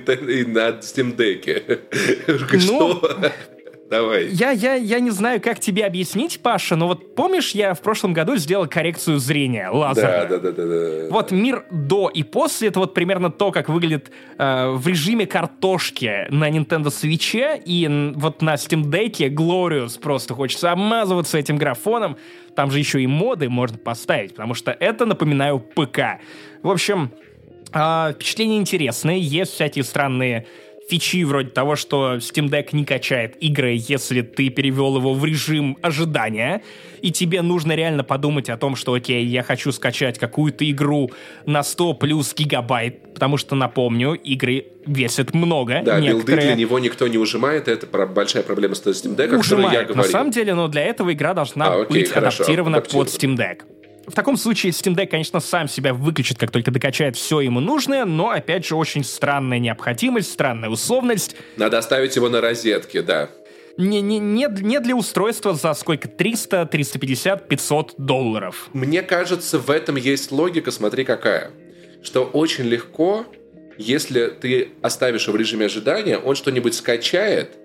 Steam Deck'е. Что? Давай. Я не знаю, как тебе объяснить, Паша, но вот помнишь, я в прошлом году сделал коррекцию зрения лазерную? Да. Вот мир до и после, это вот примерно то, как выглядит в режиме картошки на Nintendo Switch, и вот на Steam Deck'е Glorious просто хочется обмазываться этим графоном. Там же еще и моды можно поставить, потому что это, напоминаю, ПК. В общем, впечатления интересные, есть всякие странные фичи вроде того, что Steam Deck не качает игры, если ты перевел его в режим ожидания, и тебе нужно реально подумать о том, что, окей, я хочу скачать какую-то игру на 100 плюс гигабайт, потому что, напомню, игры весят много. Да, билды для него никто не ужимает, это большая проблема с Steam Deck, о которой я говорил. На самом деле, но для этого игра должна быть адаптирована под Steam Deck. В таком случае Steam Deck, конечно, сам себя выключит, как только докачает все ему нужное, но, опять же, очень странная необходимость, странная условность. Надо оставить его на розетке, да. Не для устройства за сколько? 300, 350, 500 долларов. Мне кажется, в этом есть логика, смотри какая. Что очень легко, если ты оставишь его в режиме ожидания, он что-нибудь скачает,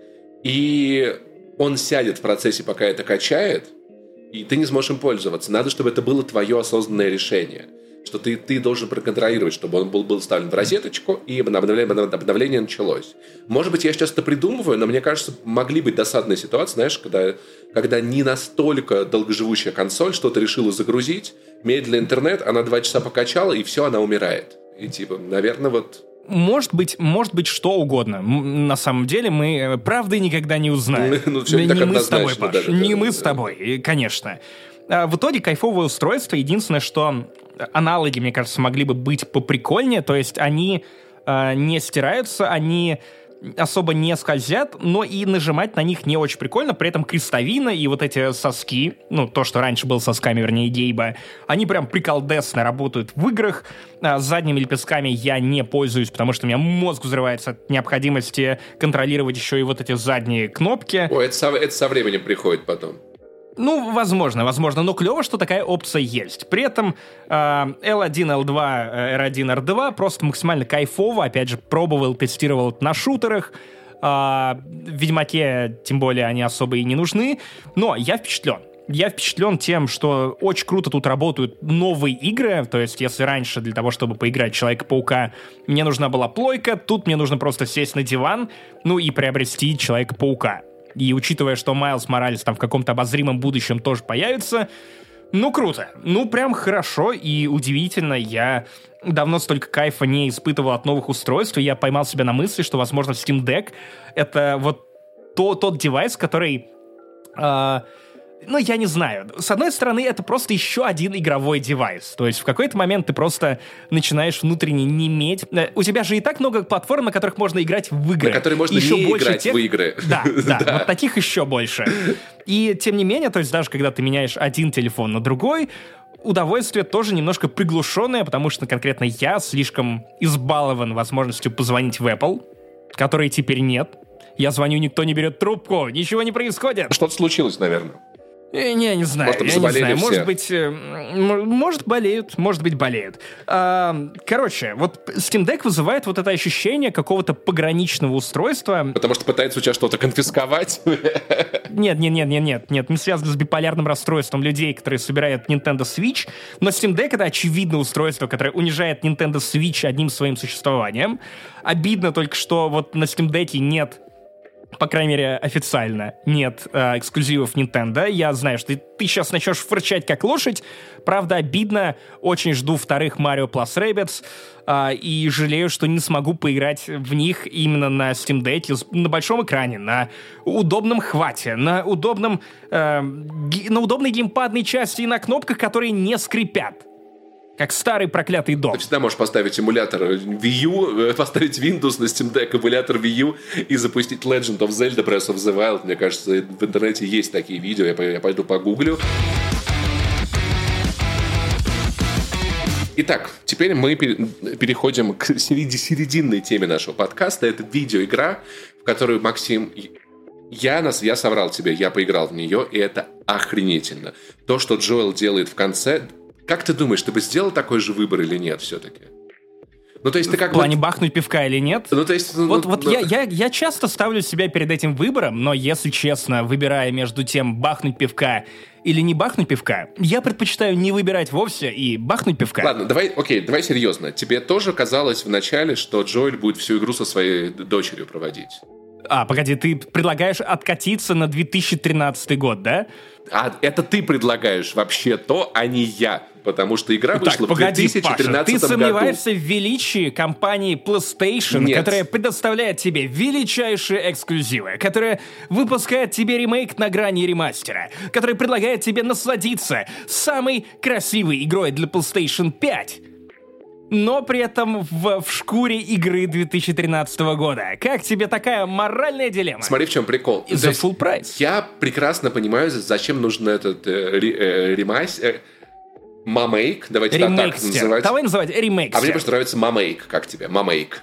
и он сядет в процессе, пока это качает, и ты не сможешь им пользоваться. Надо, чтобы это было твое осознанное решение. Что ты должен проконтролировать, чтобы он был вставлен в розеточку, и обновление началось. Может быть, я сейчас это придумываю, но мне кажется, могли быть досадные ситуации, знаешь, когда не настолько долгоживущая консоль что-то решила загрузить, медленный интернет, она 2 часа покачала, и все, она умирает. И наверное, вот... Может быть что угодно. На самом деле мы правды никогда не узнаем. Не мы с тобой, Паш. Не мы с тобой, конечно. В итоге кайфовое устройство. Единственное, что аналоги, мне кажется, могли бы быть поприкольнее. То есть они не стираются, они особо не скользят, но и нажимать на них не очень прикольно, при этом крестовина и вот эти соски, ну, то, что раньше было сосками, вернее, Гейба, они прям приколдесно работают в играх. Задними лепестками я не пользуюсь, потому что у меня мозг взрывается от необходимости контролировать еще и вот эти задние кнопки. Ой, это со временем приходит потом. Ну, возможно, но клево, что такая опция есть. При этом L1, L2, R1, R2 просто максимально кайфово. Опять же, пробовал, тестировал на шутерах. В Ведьмаке, тем более, они особо и не нужны. Но я впечатлен. Я впечатлен тем, что очень круто тут работают новые игры. То есть, если раньше для того, чтобы поиграть в Человека-паука, мне нужна была плойка, тут мне нужно просто сесть на диван, ну и приобрести Человека-паука. И учитывая, что Майлз Моралес там в каком-то обозримом будущем тоже появится, ну, круто. Ну, прям хорошо и удивительно. Я давно столько кайфа не испытывал от новых устройств, и я поймал себя на мысли, что, возможно, Steam Deck — это вот тот девайс, который... Ну, я не знаю. С одной стороны, это просто еще один игровой девайс. То есть в какой-то момент ты просто начинаешь внутренне неметь. У тебя же и так много платформ, на которых можно играть в игры. На которые можно еще не играть в игры. Да, вот таких еще больше. И тем не менее, то есть даже когда ты меняешь один телефон на другой, удовольствие тоже немножко приглушенное, потому что конкретно я слишком избалован возможностью позвонить в Apple, которой теперь нет. Я звоню, никто не берет трубку, ничего не происходит. Что-то случилось, наверное. Не знаю, я не знаю. Может быть, может быть, болеют. Короче, вот Steam Deck вызывает вот это ощущение какого-то пограничного устройства. Потому что пытается у тебя что-то конфисковать? Нет, не связано с биполярным расстройством людей, которые собирают Nintendo Switch, но Steam Deck — это очевидно устройство, которое унижает Nintendo Switch одним своим существованием. Обидно только, что вот на Steam Deck нет, по крайней мере, официально нет эксклюзивов Nintendo. Я знаю, что ты сейчас начнешь фырчать как лошадь. Правда, обидно. Очень жду вторых Mario Plus Rabbids. И жалею, что не смогу поиграть в них именно на Steam Deck, на большом экране, на удобном хвате, на удобной геймпадной части и на кнопках, которые не скрипят. Как старый проклятый дом. Ты всегда можешь поставить эмулятор Wii U, поставить Windows на Steam Deck, эмулятор Wii U и запустить Legend of Zelda Breath of the Wild. Мне кажется, в интернете есть такие видео, я пойду погуглю. Итак, теперь мы переходим к серединной теме нашего подкаста. Это видеоигра, в которую, Максим, я соврал тебе, я поиграл в нее, и это охренительно. То, что Джоэл делает в конце... Как ты думаешь, ты бы сделал такой же выбор или нет все-таки? Ну, то есть ты как в плане бахнуть пивка или нет? Ну, то есть... Я часто ставлю себя перед этим выбором, но, если честно, выбирая между тем, бахнуть пивка или не бахнуть пивка, я предпочитаю не выбирать вовсе и бахнуть пивка. Ладно, давай серьезно. Тебе тоже казалось вначале, что Джоэль будет всю игру со своей дочерью проводить? Погоди, ты предлагаешь откатиться на 2013 год, да? Это ты предлагаешь вообще-то, а не я. Потому что игра вышла в 2013 году. Ты сомневаешься в величии компании PlayStation, которая предоставляет тебе величайшие эксклюзивы, которая выпускает тебе ремейк на грани ремастера, которая предлагает тебе насладиться самой красивой игрой для PlayStation 5, но при этом в шкуре игры 2013 года. Как тебе такая моральная дилемма? Смотри, в чем прикол. За full price. Я прекрасно понимаю, зачем нужен этот ремастер. Мамейк, давайте так называть. Давай называть ремейк. А мне просто нравится Мамейк. Как тебе? Мамейк.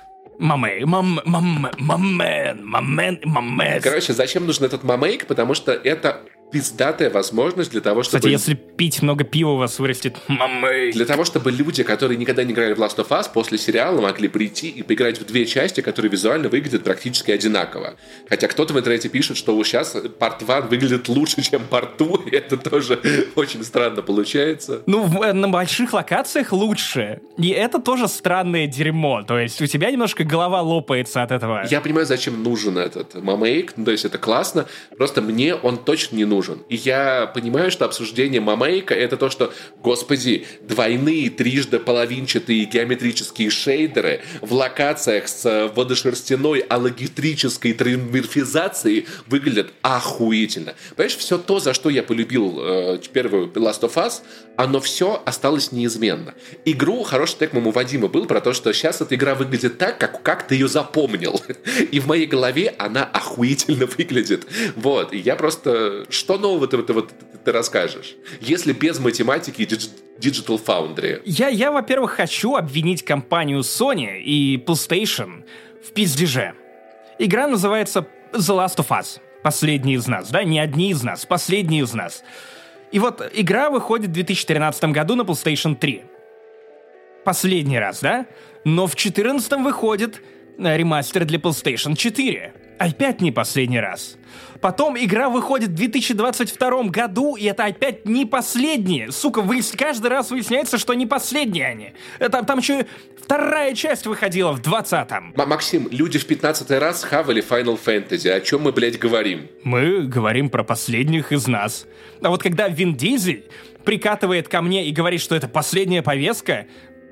Короче, зачем нужен этот мамейк? Потому что это пиздатая возможность для того, чтобы... Кстати, если пить много пива, у вас вырастет мамейк. Для того, чтобы люди, которые никогда не играли в Last of Us, после сериала могли прийти и поиграть в две части, которые визуально выглядят практически одинаково. Хотя кто-то в интернете пишет, что сейчас Part 1 выглядит лучше, чем Part 2, и это тоже очень странно получается. Ну, на больших локациях лучше. И это тоже странное дерьмо. То есть у тебя немножко голова лопается от этого. Я понимаю, зачем нужен этот мамейк, то есть это классно, просто мне он точно не нужен. нужен. И я понимаю, что обсуждение Мамейка — это то, что, господи, двойные, трижды половинчатые геометрические шейдеры в локациях с водошерстяной аллогетрической триморфизацией выглядят охуительно. Понимаешь, все то, за что я полюбил первую Last of Us, оно все осталось неизменно. Игру, хороший тег у Вадима был про то, что сейчас эта игра выглядит так, как ты ее запомнил. И в моей голове она охуительно выглядит. Вот. И я просто... Что нового ты расскажешь? Если без математики и Digital Foundry. Я, во-первых, хочу обвинить компанию Sony и PlayStation в пиздеже. Игра называется The Last of Us. Последний из нас, да? Не одни из нас, последний из нас. И вот игра выходит в 2013 году на PlayStation 3. Последний раз, да? Но в 2014 выходит ремастер для PlayStation 4. Опять не последний раз. Потом игра выходит в 2022 году, и это опять не последние. Сука, каждый раз выясняется, что не последние они. Там еще и вторая часть выходила в 20-м. Максим, люди в 15-й раз хавали Final Fantasy. О чем мы, блядь, говорим? Мы говорим про последних из нас. А вот когда Вин Дизель прикатывает ко мне и говорит, что это последняя поездка,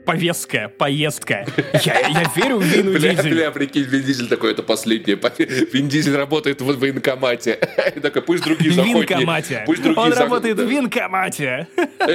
Я верю в Вину Дизелю. Бля, прикинь, Вин Дизель такой, это последнее. Вин Дизель работает в военкомате. Такой, пусть другие заходят. Он работает в винкомате.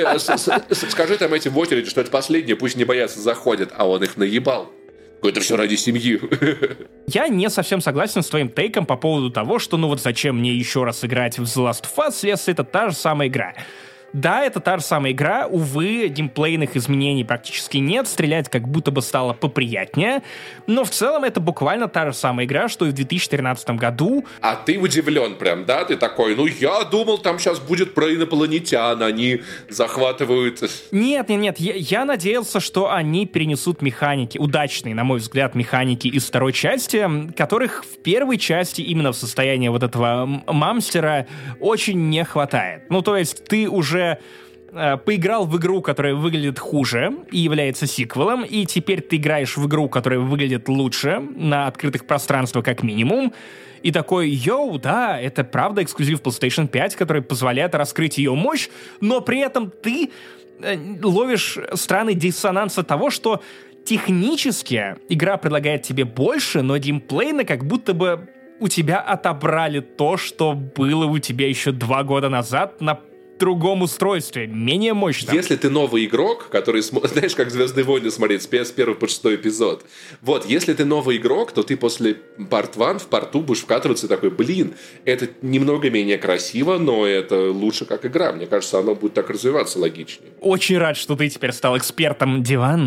Скажи там этим в очереди, что это последнее, пусть не боятся, заходят. А он их наебал. Это все ради семьи. Я не совсем согласен с твоим тейком по поводу того, что ну вот зачем мне еще раз играть в The Last of Us, если это та же самая игра. Да, это та же самая игра, увы, геймплейных изменений практически нет, стрелять как будто бы стало поприятнее, но в целом это буквально та же самая игра, что и в 2013 году. А ты удивлен прям, да? Ты такой, ну я думал, там сейчас будет про инопланетян, они захватывают... Нет, я надеялся, что они перенесут механики, удачные, на мой взгляд, механики из второй части, которых в первой части именно в состоянии вот этого мамстера очень не хватает. Ну, то есть ты уже поиграл в игру, которая выглядит хуже и является сиквелом, и теперь ты играешь в игру, которая выглядит лучше на открытых пространствах как минимум, и такой, йоу, да, это правда эксклюзив PlayStation 5, который позволяет раскрыть ее мощь, но при этом ты ловишь странный диссонанс от того, что технически игра предлагает тебе больше, но геймплейно как будто бы у тебя отобрали то, что было у тебя еще 2 года назад на другом устройстве, менее мощном. Если ты новый игрок, который, знаешь, как «Звездные войны» смотреть с 1 по 6 эпизод, вот, если ты новый игрок, то ты после Part 1 в Part 2 будешь вкатываться и такой, блин, это немного менее красиво, но это лучше как игра. Мне кажется, оно будет так развиваться логичнее. Очень рад, что ты теперь стал экспертом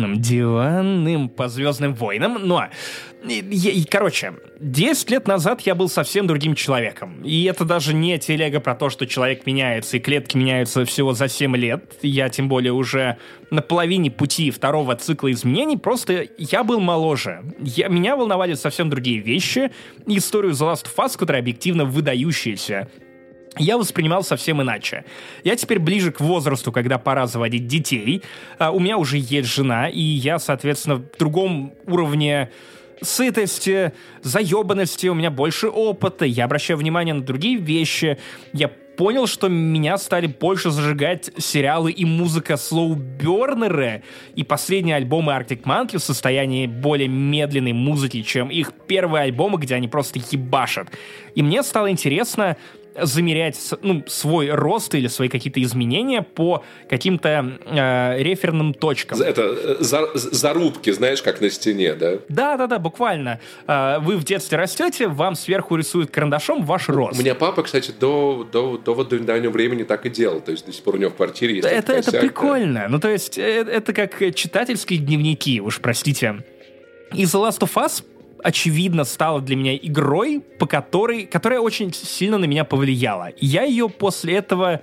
диванным по «Звездным войнам», но... Короче, 10 лет назад я был совсем другим человеком. И это даже не телега про то, что человек меняется, и клетки меняются всего за 7 лет. Я, тем более, уже на половине пути второго цикла изменений. Просто я был моложе. Меня волновали совсем другие вещи. Историю The Last of Us, которая объективно выдающаяся, я воспринимал совсем иначе. Я теперь ближе к возрасту, когда пора заводить детей. У меня уже есть жена, и я, соответственно, в другом уровне сытости, заебанности, у меня больше опыта, я обращаю внимание на другие вещи, я понял, что меня стали больше зажигать сериалы и музыка слоубернеры, и последние альбомы Arctic Monkey в состоянии более медленной музыки, чем их первые альбомы, где они просто ебашат. И мне стало интересно замерять свой рост или свои какие-то изменения по каким-то реферным точкам. Это зарубки, знаешь, как на стене, да? Да, буквально. Вы в детстве растете, вам сверху рисуют карандашом ваш рост. У меня папа, кстати, до недавнего времени так и делал. То есть до сих пор у него в квартире есть... Это прикольно. Да. Ну, то есть это как читательские дневники, уж простите. И The Last of Us очевидно, стала для меня игрой, которая очень сильно на меня повлияла. Я ее после этого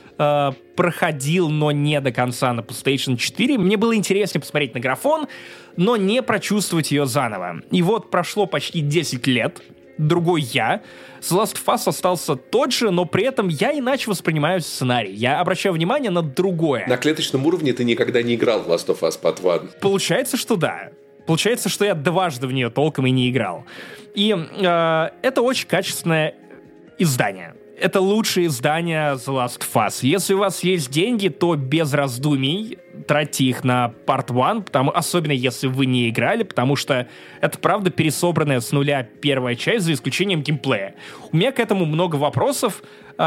проходил, но не до конца на PlayStation 4. Мне было интереснее посмотреть на графон, но не прочувствовать ее заново. И вот прошло почти 10 лет, другой я. The Last of Us остался тот же, но при этом я иначе воспринимаю сценарий. Я обращаю внимание на другое. На клеточном уровне ты никогда не играл в Last of Us Part 1. Получается, что да. Получается, что я дважды в нее толком и не играл. И это очень качественное издание. это лучшее издание The Last of Us. Если у вас есть деньги, то без раздумий тратьте их на Part 1, особенно если вы не играли, потому что это, правда, пересобранная с нуля первая часть, за исключением геймплея. У меня к этому много вопросов.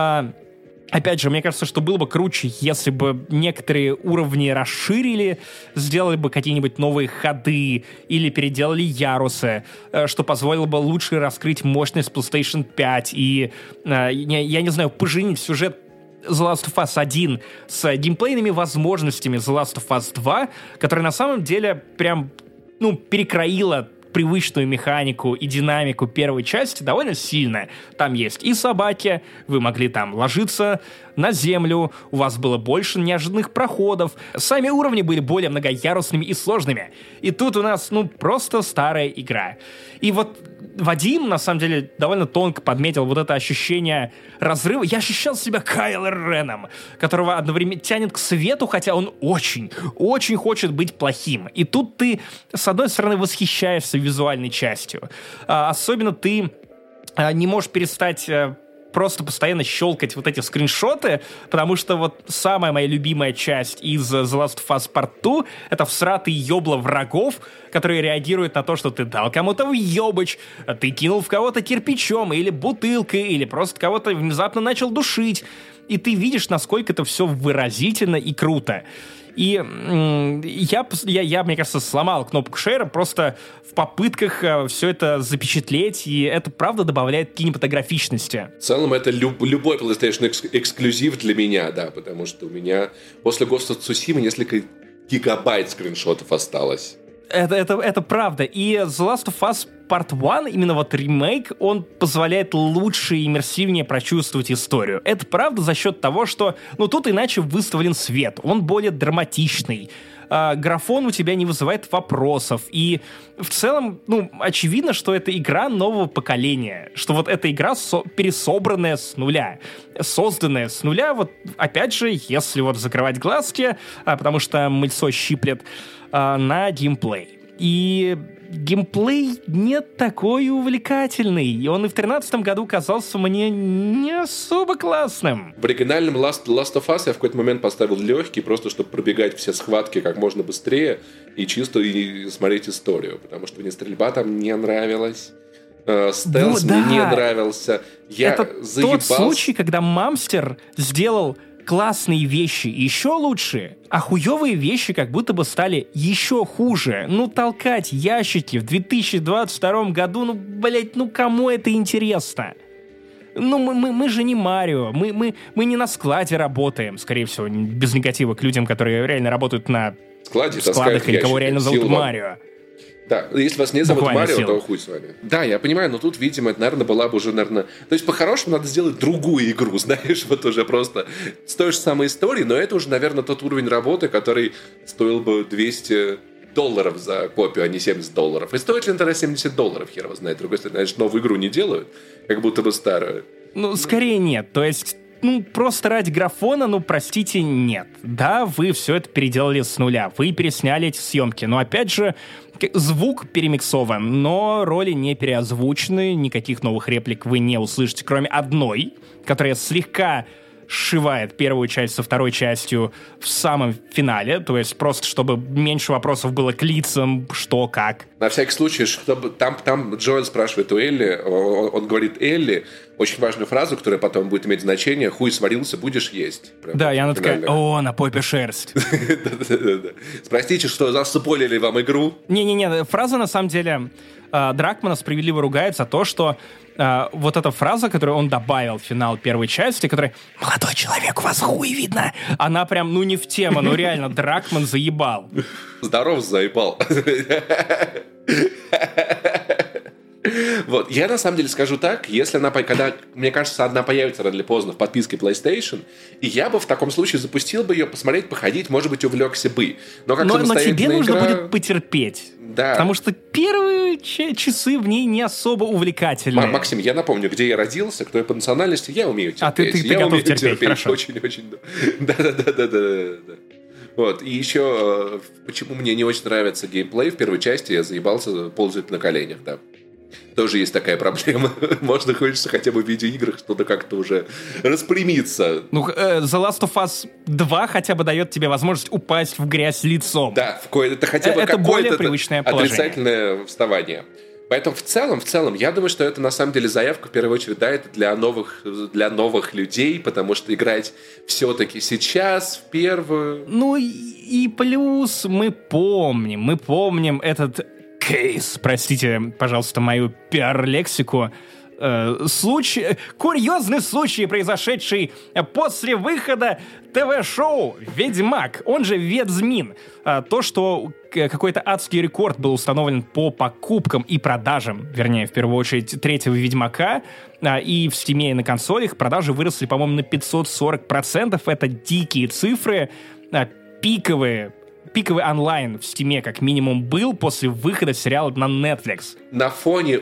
Опять же, мне кажется, что было бы круче, если бы некоторые уровни расширили, сделали бы какие-нибудь новые ходы или переделали ярусы, что позволило бы лучше раскрыть мощность PlayStation 5 и, я не знаю, поженить сюжет The Last of Us 1 с геймплейными возможностями The Last of Us 2, которая на самом деле прям, перекроила привычную механику и динамику первой части довольно сильно. Там есть и собаки, вы могли там ложиться на землю, у вас было больше неожиданных проходов, сами уровни были более многоярусными и сложными. И тут у нас, просто старая игра. И вот Вадим, на самом деле, довольно тонко подметил вот это ощущение разрыва. Я ощущал себя Кайло Реном, которого одновременно тянет к свету, хотя он очень, очень хочет быть плохим. И тут ты, с одной стороны, восхищаешься визуальной частью. Особенно ты не можешь перестать просто постоянно щелкать вот эти скриншоты, потому что вот самая моя любимая часть из The Last of Us Part 2 — это всратые ёбла врагов, которые реагируют на то, что ты дал кому-то въебыч, ты кинул в кого-то кирпичом или бутылкой, или просто кого-то внезапно начал душить. И ты видишь, насколько это все выразительно и круто. И я, мне кажется, сломал кнопку шера просто в попытках все это запечатлеть, и это, правда, добавляет кинематографичности. В целом, это любой PlayStation эксклюзив для меня, да, потому что у меня после Ghost of Tsushima несколько гигабайт скриншотов осталось. Это правда. И The Last of Us Part 1, именно вот ремейк, он позволяет лучше и иммерсивнее прочувствовать историю. Это правда за счет того, что, тут иначе выставлен свет, он более драматичный. Графон у тебя не вызывает вопросов. И в целом, очевидно, что это игра нового поколения. Что вот эта игра пересобранная с нуля. Созданная с нуля, вот опять же, если вот закрывать глазки, потому что мыльцо щиплет, на геймплей. И геймплей не такой увлекательный. И он и в 2013 году казался мне не особо классным. В оригинальном Last of Us я в какой-то момент поставил легкий, просто чтобы пробегать все схватки как можно быстрее и чисто смотреть историю. Потому что мне стрельба там не нравилась. Стелс мне не нравился. Это тот случай, когда Мамстер сделал классные вещи еще лучше, а хуевые вещи как будто бы стали еще хуже. Толкать ящики в 2022 году, кому это интересно? Мы же не Марио, мы не на складе работаем, скорее всего, без негатива к людям, которые реально работают на складах или кого реально зовут Марио. Да, если вас не зовут Марио, то хуй с вами. Да, я понимаю, но тут, видимо, это, наверное, была бы уже, То есть, по-хорошему, надо сделать другую игру, знаешь, вот уже просто с той же самой историей, но это уже, наверное, тот уровень работы, который стоил бы $200 за копию, а не $70. И стоит ли это $70, хер его знает. С другой стороны, значит, новую игру не делают, как будто бы старую. Скорее нет, то есть... просто ради графона, простите, нет. Да, вы все это переделали с нуля, вы пересняли эти съемки, но опять же, звук перемиксован, но роли не переозвучены, никаких новых реплик вы не услышите, кроме одной, которая слегка сшивает первую часть со второй частью в самом финале, то есть просто чтобы меньше вопросов было к лицам, что, как. На всякий случай, чтобы там Джоэл спрашивает у Элли, он говорит Элли очень важную фразу, которая потом будет иметь значение: хуй сварился, будешь есть. Прям да, и она такая: о, на попе шерсть. Простите, что заспойлерили вам игру. Не-не-не, фраза на самом деле... Дракмана справедливо ругает за то, что вот эта фраза, которую он добавил в финал первой части, которая «Молодой человек, у вас хуй видно», она прям, не в тему, реально, Дракман заебал. Здоров, заебал. Вот, я на самом деле скажу так, если когда, мне кажется, одна появится рано или поздно в подписке PlayStation, и я бы в таком случае запустил бы ее, посмотреть, походить, может быть, увлекся бы. Но тебе нужно будет потерпеть. Да. Потому что первые часы в ней не особо увлекательные. Максим, я напомню, где я родился, кто я по национальности, я умею терпеть. А ты готов терпеть, хорошо. Очень-очень. Да. Вот, и еще, почему мне не очень нравится геймплей в первой части, я заебался ползать на коленях, да. Тоже есть такая проблема. Можно, хочется хотя бы в видеоиграх что-то как-то уже распрямиться. Ну, The Last of Us 2 хотя бы дает тебе возможность упасть в грязь лицом. Да, это хотя бы это более какое-то привычное положение. отрицательное вставание. Поэтому в целом, я думаю, что это на самом деле заявка, в первую очередь, да, это для новых людей, потому что играть все-таки сейчас, в первую... Ну и плюс мы помним этот кейс, простите, пожалуйста, мою пиар-лексику, курьезный случай, произошедший после выхода ТВ-шоу «Ведьмак», он же «Ведьмин». То, что какой-то адский рекорд был установлен по покупкам и продажам, вернее, в первую очередь, третьего «Ведьмака», и в Стиме, и на консолях продажи выросли, по-моему, на 540%. Это дикие цифры, пиковый онлайн в Стиме как минимум был после выхода сериала на Netflix. На фоне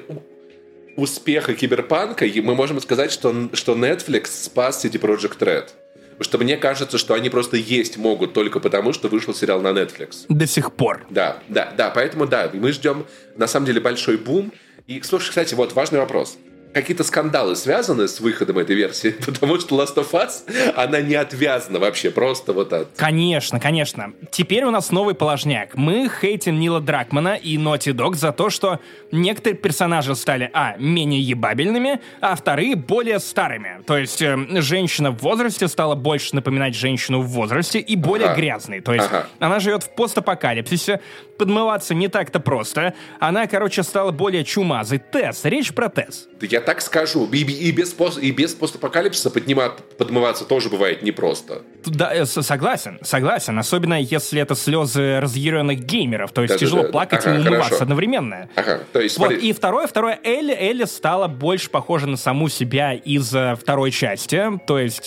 успеха Киберпанка мы можем сказать, что Netflix спас CD Projekt Red. Потому что мне кажется, что они просто есть могут только потому, что вышел сериал на Netflix. До сих пор. Да, поэтому да, мы ждем на самом деле большой бум. И, слушай, кстати, вот важный вопрос. Какие-то скандалы связаны с выходом этой версии? Потому что Last of Us, она не отвязана вообще, просто вот от... Конечно. Теперь у нас новый положняк. Мы хейтим Нила Дракмана и Naughty Dog за то, что некоторые персонажи стали, менее ебабельными, а вторые более старыми. То есть женщина в возрасте стала больше напоминать женщину в возрасте и более грязной. То есть она живет в постапокалипсисе, подмываться не так-то просто. Она, стала более чумазой. Тесс, речь про Тесс. Да я так скажу. И без постапокалипсиса подмываться тоже бывает непросто. Да, согласен. Особенно, если это слезы разъяренных геймеров. То есть тяжело плакать и улыбаться одновременно. То есть, вот. И второе, Элли стала больше похожа на саму себя из второй части. То есть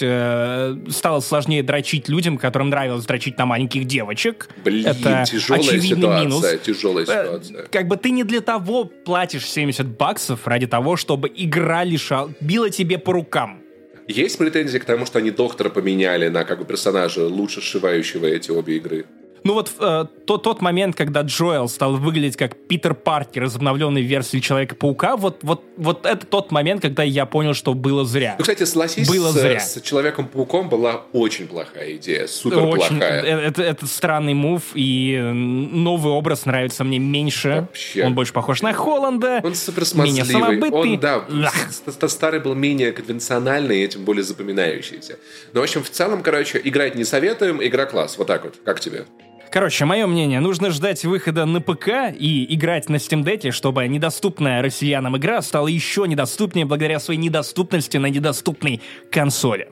стало сложнее дрочить людям, которым нравилось дрочить на маленьких девочек. Это очевидный минус. Тяжелая ситуация. Ты не для того платишь $70 ради того, чтобы игра била тебе по рукам. Есть претензии к тому, что они доктора поменяли на персонажа, лучше сшивающего эти обе игры? Ну вот тот момент, когда Джоэл стал выглядеть как Питер Паркер из обновленной версии Человека-паука, вот это тот момент, когда я понял, что было зря. Ну, кстати, согласись, с Человеком-пауком была очень плохая идея, супер плохая. Это странный мув, и новый образ нравится мне меньше. Вообще. Он больше похож на Холланда, он супер смазливый. Менее самобытный. Старый был менее конвенциональный и этим более запоминающийся. Но, в общем, в целом, играть не советуем, игра класс. Вот так вот. Как тебе? Мое мнение, нужно ждать выхода на ПК и играть на Steam Deck, чтобы недоступная россиянам игра стала еще недоступнее благодаря своей недоступности на недоступной консоли.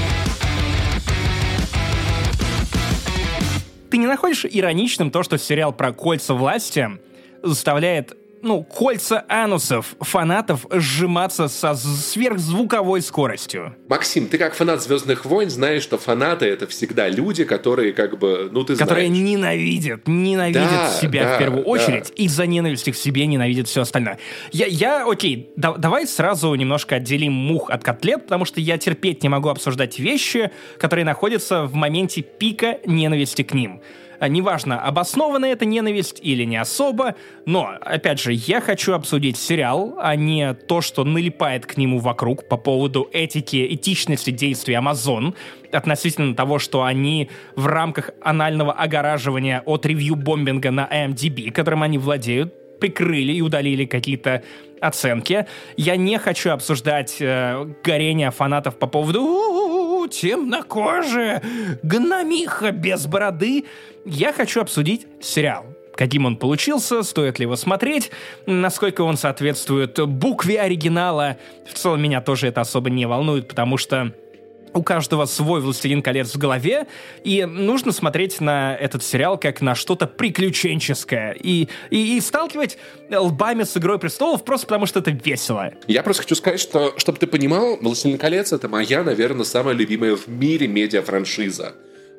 Ты не находишь ироничным то, что сериал про кольца власти заставляет кольца анусов фанатов сжиматься со сверхзвуковой скоростью? Максим, ты как фанат «Звездных войн» знаешь, что фанаты — это всегда люди, которые ты которые знаешь. ненавидят себя в первую очередь, и из-за ненависти к себе ненавидят все остальное. Окей, давай сразу немножко отделим мух от котлет, потому что я терпеть не могу обсуждать вещи, которые находятся в моменте пика ненависти к ним. Неважно, обоснована эта ненависть или не особо, но, опять же, я хочу обсудить сериал, а не то, что налипает к нему вокруг по поводу этичности действий Amazon относительно того, что они в рамках анального огораживания от ревью-бомбинга на IMDb, которым они владеют, прикрыли и удалили какие-то оценки. Я не хочу обсуждать горение фанатов по поводу темнокожие, гномиха без бороды. Я хочу обсудить сериал. Каким он получился, стоит ли его смотреть, насколько он соответствует букве оригинала. В целом меня тоже это особо не волнует, потому что у каждого свой «Властелин колец» в голове, и нужно смотреть на этот сериал как на что-то приключенческое и сталкивать лбами с «Игрой престолов» просто потому, что это весело. Я просто хочу сказать, что, чтобы ты понимал, «Властелин колец» — это моя, наверное, самая любимая в мире медиафраншиза.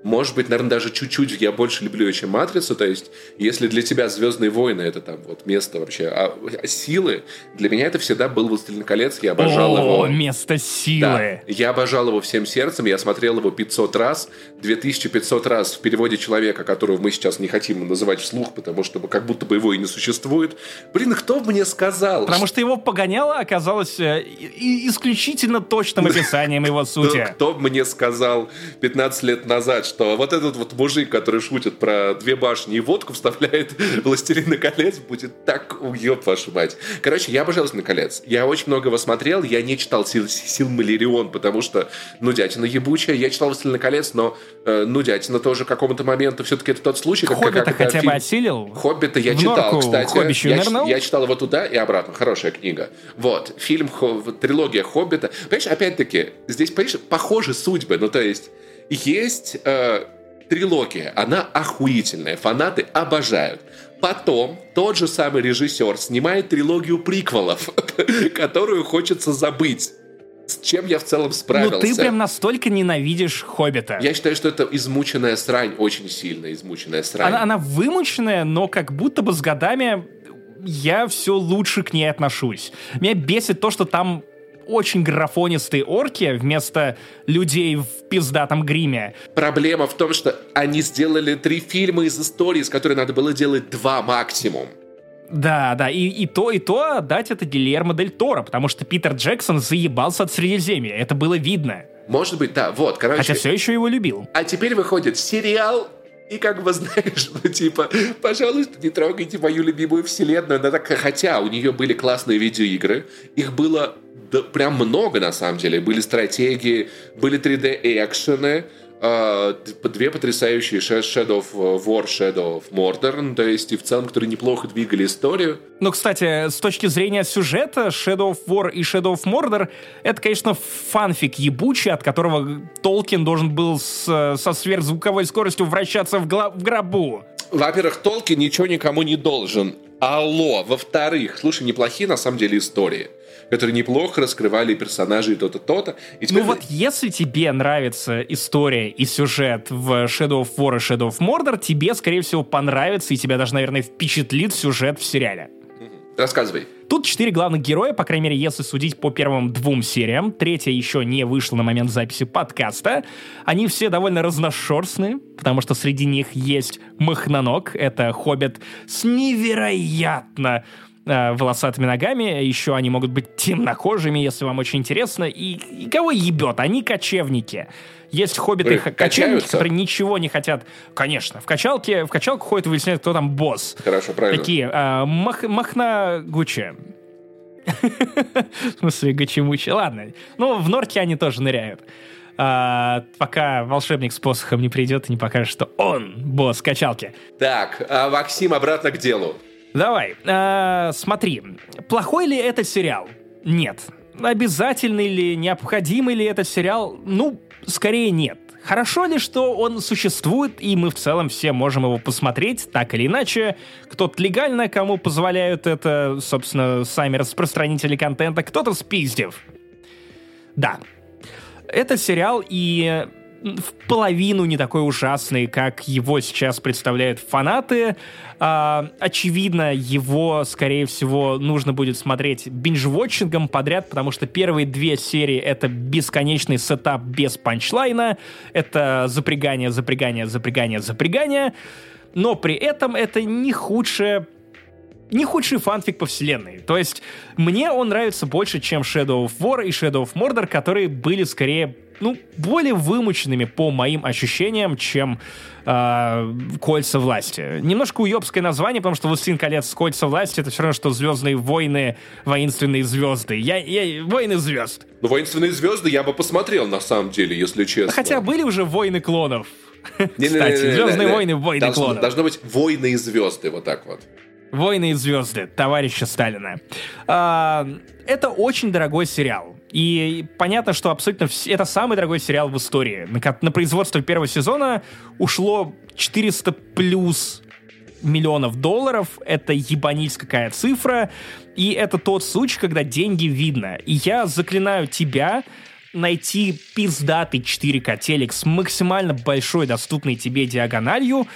Может быть, наверное, даже чуть-чуть я больше люблю ее, чем «Матрицу». То есть, если для тебя «Звездные войны» — это там вот место вообще силы, для меня это всегда был «Властелин колец». Я обожал его. Место силы. Да, я обожал его всем сердцем. Я смотрел его 500 раз, 2500 раз в переводе человека, которого мы сейчас не хотим называть вслух, потому что как будто бы его и не существует. Блин, кто бы мне сказал? Потому что его «Погоняло» оказалось исключительно точным описанием его сути. Кто бы мне сказал 15 лет назад, что вот этот вот мужик, который шутит про 2 башни и водку вставляет «Властелина колец», будет так, ёб вашу мать. Короче, я обожал «Властелин колец». Я очень много его смотрел, я не читал «Силмариллион», потому что нудятина ебучая. Я читал «Властелин колец», но нудятина тоже к какому-то моменту все-таки это тот случай, «Хоббита» хотя бы осилил? «Хоббита» я читал, кстати. Я читал его туда и обратно. Хорошая книга. Вот. Фильм, трилогия «Хоббита». Понимаешь, опять-таки, здесь, понимаешь, похожи судьбы. Ну, то есть трилогия, она охуительная, фанаты обожают. Потом тот же самый режиссер снимает трилогию приквелов, которую хочется забыть. С чем я в целом справился. Ну ты прям настолько ненавидишь «Хоббита». Я считаю, что это измученная срань, очень сильно измученная срань. Она вымученная, но как будто бы с годами я все лучше к ней отношусь. Меня бесит то, что там очень графонистые орки вместо людей в пиздатом гриме. Проблема в том, что они сделали 3 фильма из истории, из которой надо было делать 2 максимум. Да, и то отдать это Гильермо Дель Торо, потому что Питер Джексон заебался от Средиземья, это было видно. Может быть, да, вот, короче. Хотя все еще его любил. А теперь выходит сериал, и как бы, знаешь, ну типа, пожалуйста, не трогайте мою любимую вселенную. Она так, хотя у нее были классные видеоигры, их было прям много на самом деле. Были стратегии, были 3D-экшены, 2 потрясающие Shadow of War, Shadow of Mordor, то есть и в целом, которые неплохо двигали историю. Ну, кстати, с точки зрения сюжета, Shadow of War и Shadow of Mordor — это, конечно, фанфик ебучий, от которого Толкин должен был со сверхзвуковой скоростью вращаться в гробу. Во-первых, Толкин ничего никому не должен. Алло. Во-вторых, слушай, неплохие на самом деле истории, которые неплохо раскрывали персонажей то-то, то-то. И теперь... Ну вот если тебе нравится история и сюжет в Shadow of War и Shadow of Mordor, тебе, скорее всего, понравится, и тебя даже, наверное, впечатлит сюжет в сериале. Рассказывай. Тут 4 главных героя, по крайней мере, если судить по первым 2 сериям. 3-я еще не вышла на момент записи подкаста. Они все довольно разношерстные, потому что среди них есть Махноног. Это хоббит с невероятно волосатыми ногами. Еще они могут быть темнокожими, если вам очень интересно. И кого ебет? Они кочевники. Есть хоббиты-кочевники, которые ничего не хотят. Конечно, в качалку ходят и выясняют, кто там босс. Хорошо, правильно. Такие, Махна-Гучи. В смысле, Гачи-Мучи. Ладно. Ну, в норке они тоже ныряют. Пока волшебник с посохом не придет и не покажет, что он босс качалки. Так, Максим, обратно к делу. Давай, смотри. Плохой ли это сериал? Нет. Обязательный ли, необходимый ли этот сериал? Ну, скорее нет. Хорошо ли, что он существует, и мы в целом все можем его посмотреть, так или иначе. Кто-то легально, кому позволяют это, собственно, сами распространители контента, кто-то спиздив. Да. Это сериал и в половину не такой ужасный, как его сейчас представляют фанаты. Очевидно, его, скорее всего, нужно будет смотреть бинж-вотчингом подряд, потому что первые 2 серии — это бесконечный сетап без панчлайна, это запрягание, но при этом это не худший фанфик по вселенной. То есть мне он нравится больше, чем Shadow of War и Shadow of Mordor, которые были скорее, более вымученными по моим ощущениям, чем «Кольца власти». Немножко уебское название, потому что «Властелин колец» «Кольца власти» — это все равно, что «Звездные войны», «Воинственные звезды». «Войны звезд». Ну, «Воинственные звезды» я бы посмотрел, на самом деле, если честно. Хотя были уже «Войны клонов». Кстати, «Звездные войны», «Войны клонов». Должно быть «Войны и звезды», вот так вот. «Войны и звезды» товарища Сталина. Это очень дорогой сериал. И понятно, что абсолютно это самый дорогой сериал в истории. На производство 1-го сезона ушло 400+ миллионов долларов. Это ебанись какая цифра. И это тот случай, когда деньги видно. И я заклинаю тебя найти пиздатый 4К телек с максимально большой доступной тебе диагональю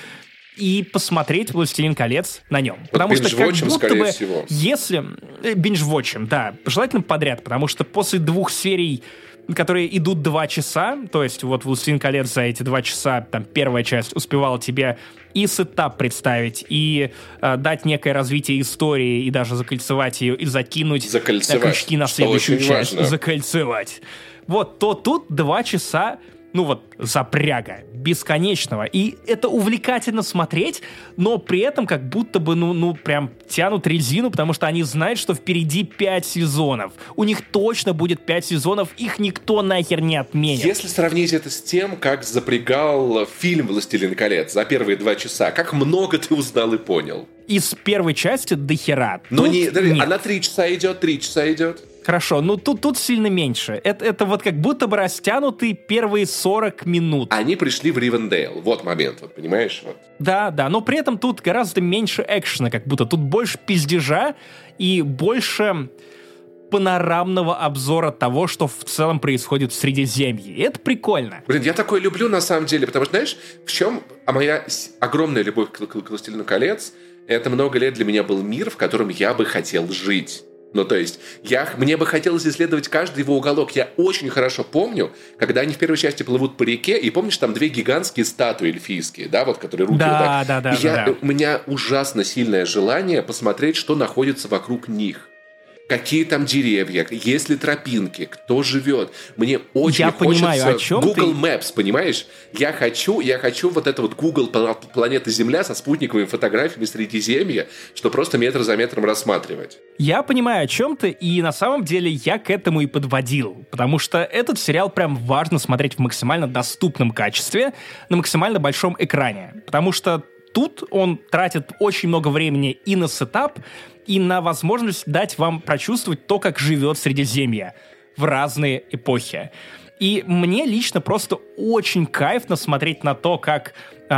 и посмотреть «Властелин колец» на нем. Вот потому что как будто бы, всего. если... Бинж-вотчем, да, желательно подряд, потому что после 2 серий, которые идут 2 часа, то есть вот «Властелин колец» за эти 2 часа, там, первая часть успевала тебе и сетап представить, и дать некое развитие истории, и даже закольцевать ее, и закинуть крючки на следующую часть. Важно. Закольцевать. Вот, то тут 2 часа, ну вот, запряга бесконечного. И это увлекательно смотреть, но при этом как будто бы, прям тянут резину, потому что они знают, что впереди 5 сезонов. У них точно будет 5 сезонов, их никто нахер не отменит. Если сравнить это с тем, как запрягал фильм «Властелин колец» за первые 2 часа, как много ты узнал и понял. Из первой части до хера. Но она 3 часа идет, 3 часа идет. Хорошо, тут сильно меньше. Это вот как будто бы растянутые первые 40 минут. Они пришли в Ривендейл. Вот момент, вот, понимаешь? Вот. Да, но при этом тут гораздо меньше экшена, как будто. Тут больше пиздежа и больше панорамного обзора того, что в целом происходит в Средиземье. И это прикольно. Блин, я такое люблю на самом деле, потому что, знаешь, в чем моя огромная любовь к «Властелину колец»? Это много лет для меня был мир, в котором я бы хотел жить. Ну, то есть, мне бы хотелось исследовать каждый его уголок. Я очень хорошо помню, когда они в первой части плывут по реке, и помнишь, там 2 гигантские статуи эльфийские, да, вот, которые руки вот так. Да. У меня ужасно сильное желание посмотреть, что находится вокруг них. Какие там деревья, есть ли тропинки, кто живет. Мне очень хочется Google Maps, понимаешь? Я хочу вот это вот Google планета Земля со спутниковыми фотографиями Средиземья, что просто метр за метром рассматривать. Я понимаю, о чем ты, и на самом деле я к этому и подводил, потому что этот сериал прям важно смотреть в максимально доступном качестве, на максимально большом экране, потому что тут он тратит очень много времени и на сетап, и на возможность дать вам прочувствовать то, как живет Средиземье в разные эпохи. И мне лично просто очень кайфно смотреть на то, как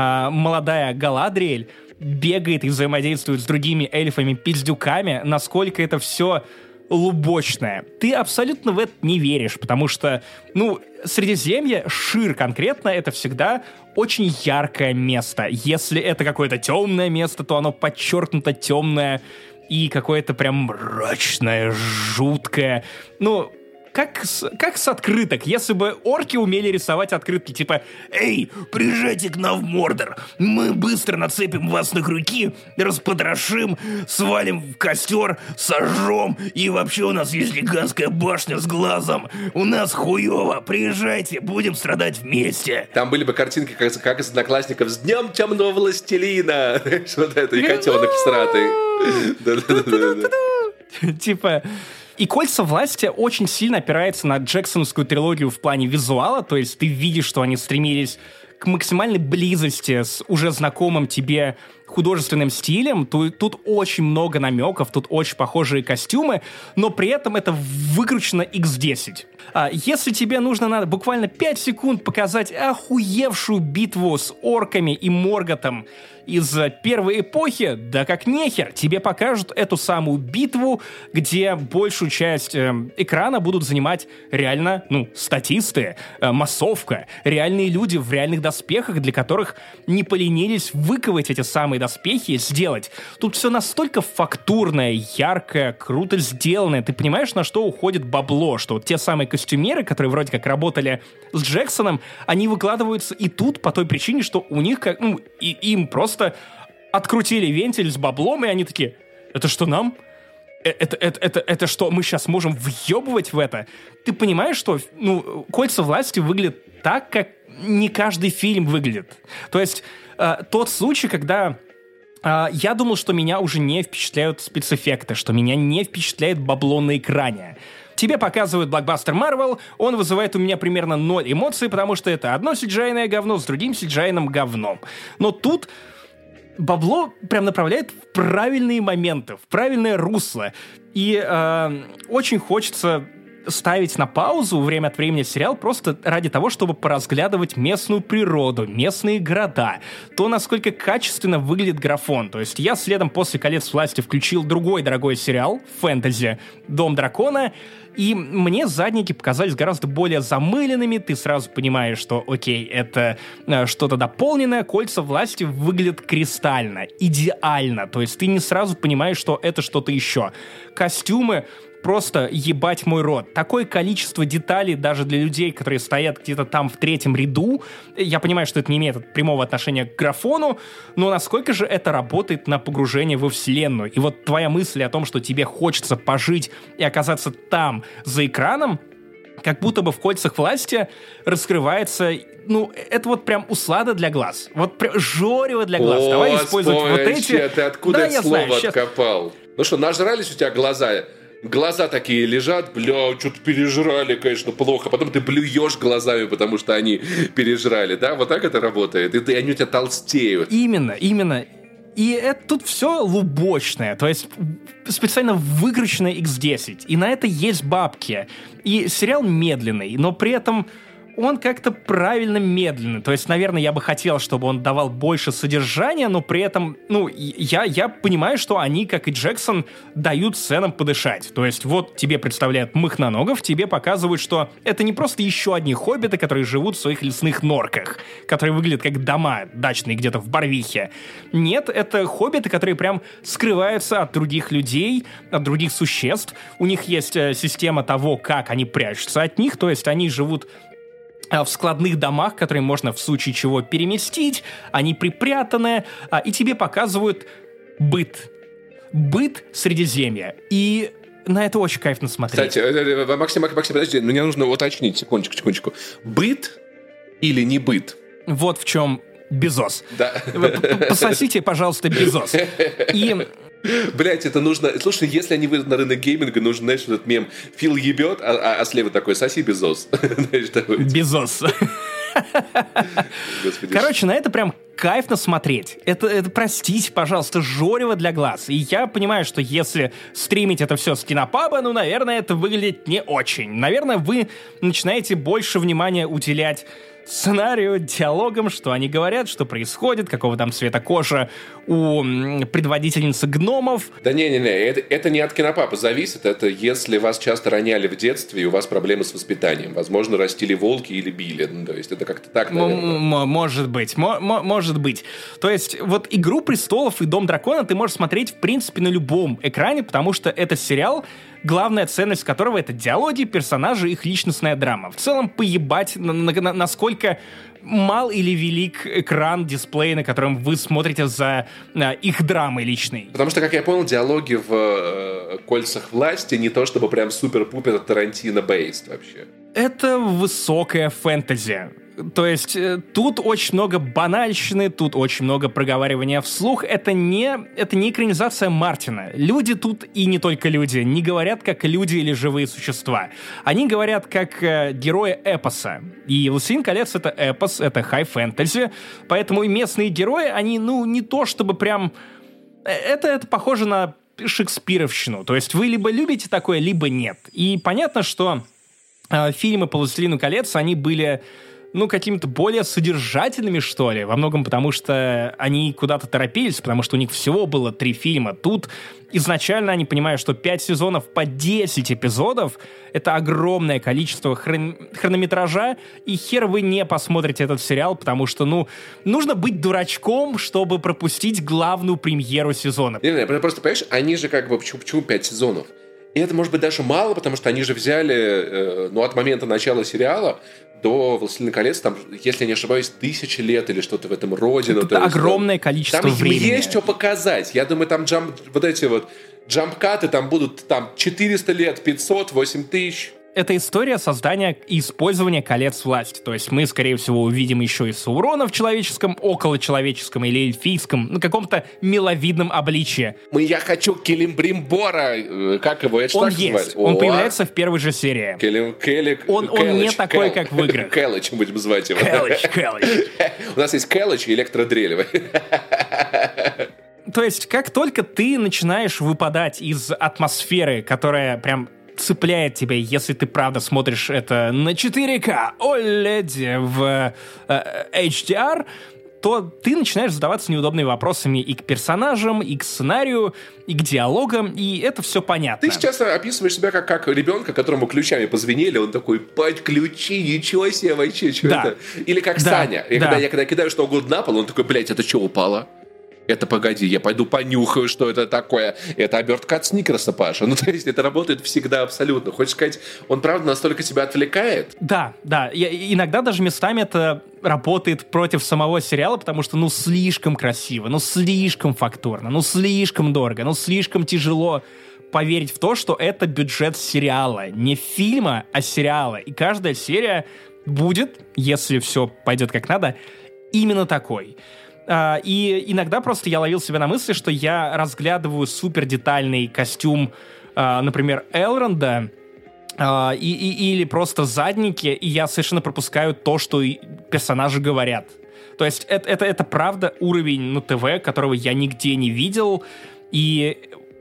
молодая Галадриэль бегает и взаимодействует с другими эльфами-пиздюками, насколько это все лубочное. Ты абсолютно в это не веришь, потому что, Средиземье, Шир конкретно, это всегда очень яркое место. Если это какое-то темное место, то оно подчеркнуто темное и какое-то прям мрачное, жуткое. Как с открыток, если бы орки умели рисовать открытки, типа «Эй, приезжайте к нам в Мордор, мы быстро нацепим вас на крюки, распотрошим, свалим в костер, сожжем, и вообще у нас есть гигантская башня с глазом, у нас хуево, приезжайте, будем страдать вместе». Там были бы картинки, как из «Одноклассников», «С днем темного властелина», вот это, и котенок всратый. Типа... И «Кольца власти» очень сильно опирается на джексоновскую трилогию в плане визуала, то есть ты видишь, что они стремились к максимальной близости с уже знакомым тебе художественным стилем. Тут очень много намеков, тут очень похожие костюмы, но при этом это выкручено x10. Если тебе надо буквально 5 секунд показать охуевшую битву с орками и Морготом из первой эпохи, да как нехер, тебе покажут эту самую битву, где большую часть экрана будут занимать реально, статисты, массовка, реальные люди в реальных доспехах, для которых не поленились выковать эти самые доспехи, сделать. Тут все настолько фактурное, яркое, круто сделанное. Ты понимаешь, на что уходит бабло, что вот те самые костюмеры, которые вроде как работали с Джексоном, они выкладываются и тут по той причине, что у них им просто открутили вентиль с баблом, и они такие: это что, нам? Это что, мы сейчас можем въебывать в это? Ты понимаешь, что «Кольца власти» выглядят так, как не каждый фильм выглядит. То есть тот случай, когда я думал, что меня уже не впечатляют спецэффекты, что меня не впечатляет бабло на экране. Тебе показывают блокбастер Marvel, он вызывает у меня примерно 0 эмоций, потому что это одно CGI-ное говно с другим CGI-ным говном. Но тут бабло прям направляет в правильные моменты, в правильное русло. И очень хочется ставить на паузу время от времени сериал просто ради того, чтобы поразглядывать местную природу, местные города, то, насколько качественно выглядит графон. То есть я следом после «Колец власти» включил другой дорогой сериал, фэнтези, «Дом дракона», и мне задники показались гораздо более замыленными, ты сразу понимаешь, что, окей, это что-то дополненное, «Кольца власти» выглядят кристально, идеально, то есть ты не сразу понимаешь, что это что-то еще. Костюмы просто ебать мой рот. Такое количество деталей даже для людей, которые стоят где-то там в третьем ряду. Я понимаю, что это не имеет прямого отношения к графону, но насколько же это работает на погружение во вселенную. И вот твоя мысль о том, что тебе хочется пожить и оказаться там, за экраном, как будто бы в «Кольцах власти» раскрывается... Ну, это вот прям услада для глаз. Вот прям жорево для глаз. Давай использовать вот эти... Ты откуда это слово откопал? Ну что, нажрались у тебя глаза? Глаза такие лежат, бля, что-то пережрали, конечно, плохо. Потом ты блюешь глазами, потому что они пережрали, да? Вот так это работает? И они у тебя толстеют. Именно. И это тут все лубочное, то есть специально выигрышное X10. И на это есть бабки. И сериал медленный, но при этом... он как-то правильно медленный. То есть, наверное, я бы хотел, чтобы он давал больше содержания, но при этом, я понимаю, что они, как и Джексон, дают сценам подышать. То есть, вот тебе представляют махноногов, тебе показывают, что это не просто еще одни хоббиты, которые живут в своих лесных норках, которые выглядят как дома дачные где-то в Барвихе. Нет, это хоббиты, которые прям скрываются от других людей, от других существ. У них есть система того, как они прячутся от них, то есть они живут в складных домах, которые можно в случае чего переместить, они припрятаны, и тебе показывают быт. Быт Средиземья. И на это очень кайфно смотреть. Кстати, Максим, подожди, мне нужно уточнить, секундочку. Быт или не быт? Вот в чем Безос. Да. Пососите, пожалуйста, Безос. И... Блять, это нужно... Слушай, если они выйдут на рынок гейминга, нужно, знаешь, этот мем Фил ебет, а слева такой соси Безос. Безос. Короче, на это прям кайфно смотреть. Это, простите, пожалуйста, жорево для глаз. И я понимаю, что если стримить это все с кинопаба, наверное, это выглядит не очень. Наверное, вы начинаете больше внимания уделять сценарию, диалогам, что они говорят, что происходит, какого там цвета кожа у предводительницы гномов. Да не-не-не, это не от кинопапа зависит, это если вас часто роняли в детстве и у вас проблемы с воспитанием. Возможно, растили волки или били. Ну, то есть это как-то так, наверное. Может быть. То есть вот «Игру престолов» и «Дом дракона» ты можешь смотреть, в принципе, на любом экране, потому что это сериал, главная ценность которого — это диалоги, персонажи, их личностная драма. В целом, поебать, насколько мал или велик экран, дисплей, на котором вы смотрите за их драмой личной. Потому что, как я понял, диалоги в «Кольцах власти» не то чтобы прям супер-пупер Тарантино-бейст вообще. Это высокая фэнтези. То есть тут очень много банальщины, тут очень много проговаривания вслух. Это не экранизация Мартина. Люди тут, и не только люди, не говорят как люди или живые существа. Они говорят как герои эпоса. И «Властелин колец» — это эпос, это хай-фэнтези. Поэтому и местные герои, они, не то чтобы прям... Это похоже на шекспировщину. То есть вы либо любите такое, либо нет. И понятно, что фильмы по «Властелину колец», они были... какими-то более содержательными, что ли, во многом потому, что они куда-то торопились, потому что у них всего было 3 фильма. Тут изначально они понимают, что 5 сезонов по 10 эпизодов — это огромное количество хронометража, и хер вы не посмотрите этот сериал, потому что, нужно быть дурачком, чтобы пропустить главную премьеру сезона. Не, просто, понимаешь, они же почему 5 сезонов? И это, может быть, даже мало, потому что они же взяли, от момента начала сериала до «Властелина колец», там, если я не ошибаюсь, 1000 лет или что-то в этом роде. Это огромное количество времени. Там есть что показать. Я думаю, там джамп-каты там будут 400 лет, 500, 8000. Это история создания и использования колец власти. То есть мы, скорее всего, увидим еще и Саурона в человеческом, околочеловеческом или эльфийском, каком-то миловидном обличье. Я хочу Келимбримбора. Как его? Это он есть. Он появляется в первой же серии. Он не такой, как в играх. Келыч будем звать его. Келыч. У нас есть Келыч и электродрель. То есть как только ты начинаешь выпадать из атмосферы, которая прям цепляет тебя, если ты правда смотришь это на 4К OLED в HDR, то ты начинаешь задаваться неудобными вопросами и к персонажам, и к сценарию, и к диалогам, и это все понятно. Ты сейчас описываешь себя как ребенка, которому ключами позвенели, он такой: «Пать, ключи, ничего себе, вообще, что это?» Или как Саня. Когда я кидаю что угодно на пол, он такой: «Блядь, это что, упало? Это погоди, я пойду понюхаю, что это такое. Это обертка от Сникерса, Паша». Ну, то есть это работает всегда абсолютно. Хочешь сказать, он правда настолько тебя отвлекает? Да. Иногда даже местами это работает против самого сериала, потому что, слишком красиво, слишком фактурно, слишком дорого, слишком тяжело поверить в то, что это бюджет сериала. Не фильма, а сериала. И каждая серия будет, если все пойдет как надо, именно такой. И иногда просто я ловил себя на мысли, что я разглядываю супер детальный костюм, например, Элронда, или просто задники, и я совершенно пропускаю то, что персонажи говорят. То есть это правда уровень на ТВ, которого я нигде не видел, и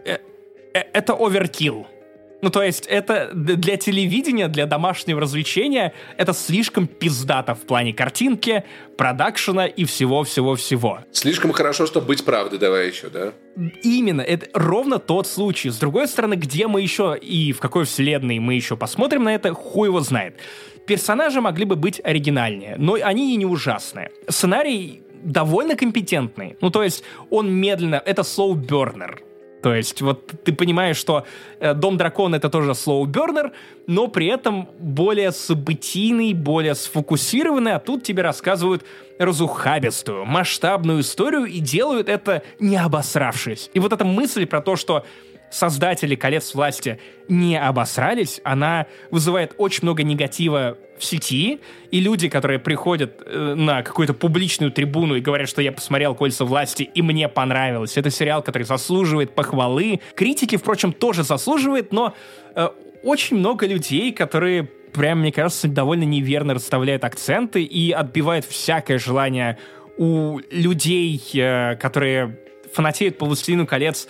это оверкилл. То есть это для телевидения, для домашнего развлечения это слишком пиздато в плане картинки, продакшена и всего-всего-всего. Слишком хорошо, чтобы быть правдой, давай еще, да? Именно, это ровно тот случай. С другой стороны, где мы еще и в какой вселенной мы еще посмотрим на это, хуй его знает. Персонажи могли бы быть оригинальнее, но они и не ужасные. Сценарий довольно компетентный. То есть он медленно, это slow-burner. То есть вот ты понимаешь, что «Дом дракона» — это тоже slow-burner, но при этом более событийный, более сфокусированный, а тут тебе рассказывают разухабистую, масштабную историю и делают это не обосравшись. И вот эта мысль про то, что создатели «Колец власти» не обосрались, она вызывает очень много негатива в сети, и люди, которые приходят на какую-то публичную трибуну и говорят, что я посмотрел «Кольца власти» и мне понравилось. Это сериал, который заслуживает похвалы. Критики, впрочем, тоже заслуживает, но очень много людей, которые, прям, мне кажется, довольно неверно расставляют акценты и отбивают всякое желание у людей, которые фанатеют по «Властелину колец».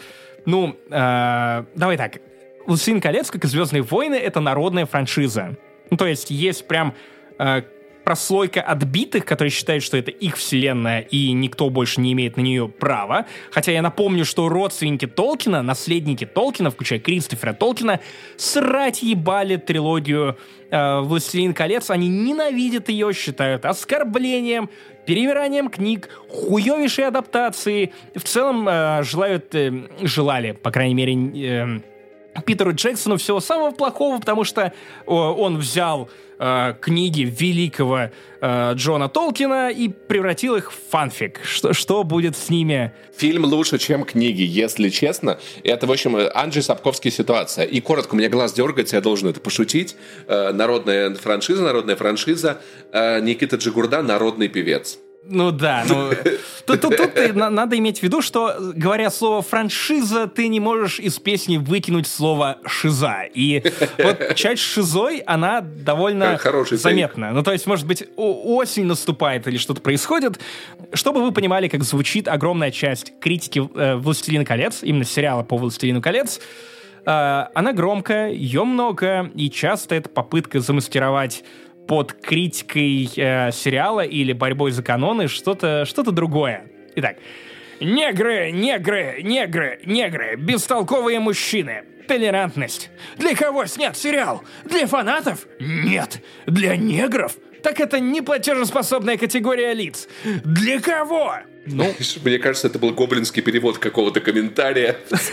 Давай так. «Властелин колец», как и «Звездные войны», — это народная франшиза. То есть есть прям прослойка отбитых, которые считают, что это их вселенная, и никто больше не имеет на нее права. Хотя я напомню, что родственники Толкина, наследники Толкина, включая Кристофера Толкина, срать ебали трилогию «Властелин колец». Они ненавидят ее, считают оскорблением, перевиранием книг, хуевейшей адаптацией. В целом желали, по крайней мере, Питеру Джексону всего самого плохого, потому что он взял книги великого Джона Толкина и превратил их в фанфик. Что будет с ними? Фильм лучше, чем книги, если честно. Это, в общем, Анджей Сапковский ситуация. И коротко, у меня глаз дергается, я должен это пошутить. Народная франшиза. Никита Джигурда — народный певец. Тут надо иметь в виду, что, говоря слово «франшиза», ты не можешь из песни выкинуть слово «шиза». И вот часть шизой, она довольно заметна. То есть, может быть, осень наступает или что-то происходит. Чтобы вы понимали, как звучит огромная часть критики «Властелина колец», именно сериала по «Властелину колец», она громкая, ее много, и часто это попытка замаскировать под критикой сериала или борьбой за каноны что-то другое. Итак, негры, бестолковые мужчины, толерантность. Для кого снят сериал? Для фанатов? Нет. Для негров? Так это не платежеспособная категория лиц. Для кого? Мне кажется, это был гоблинский перевод какого-то комментария.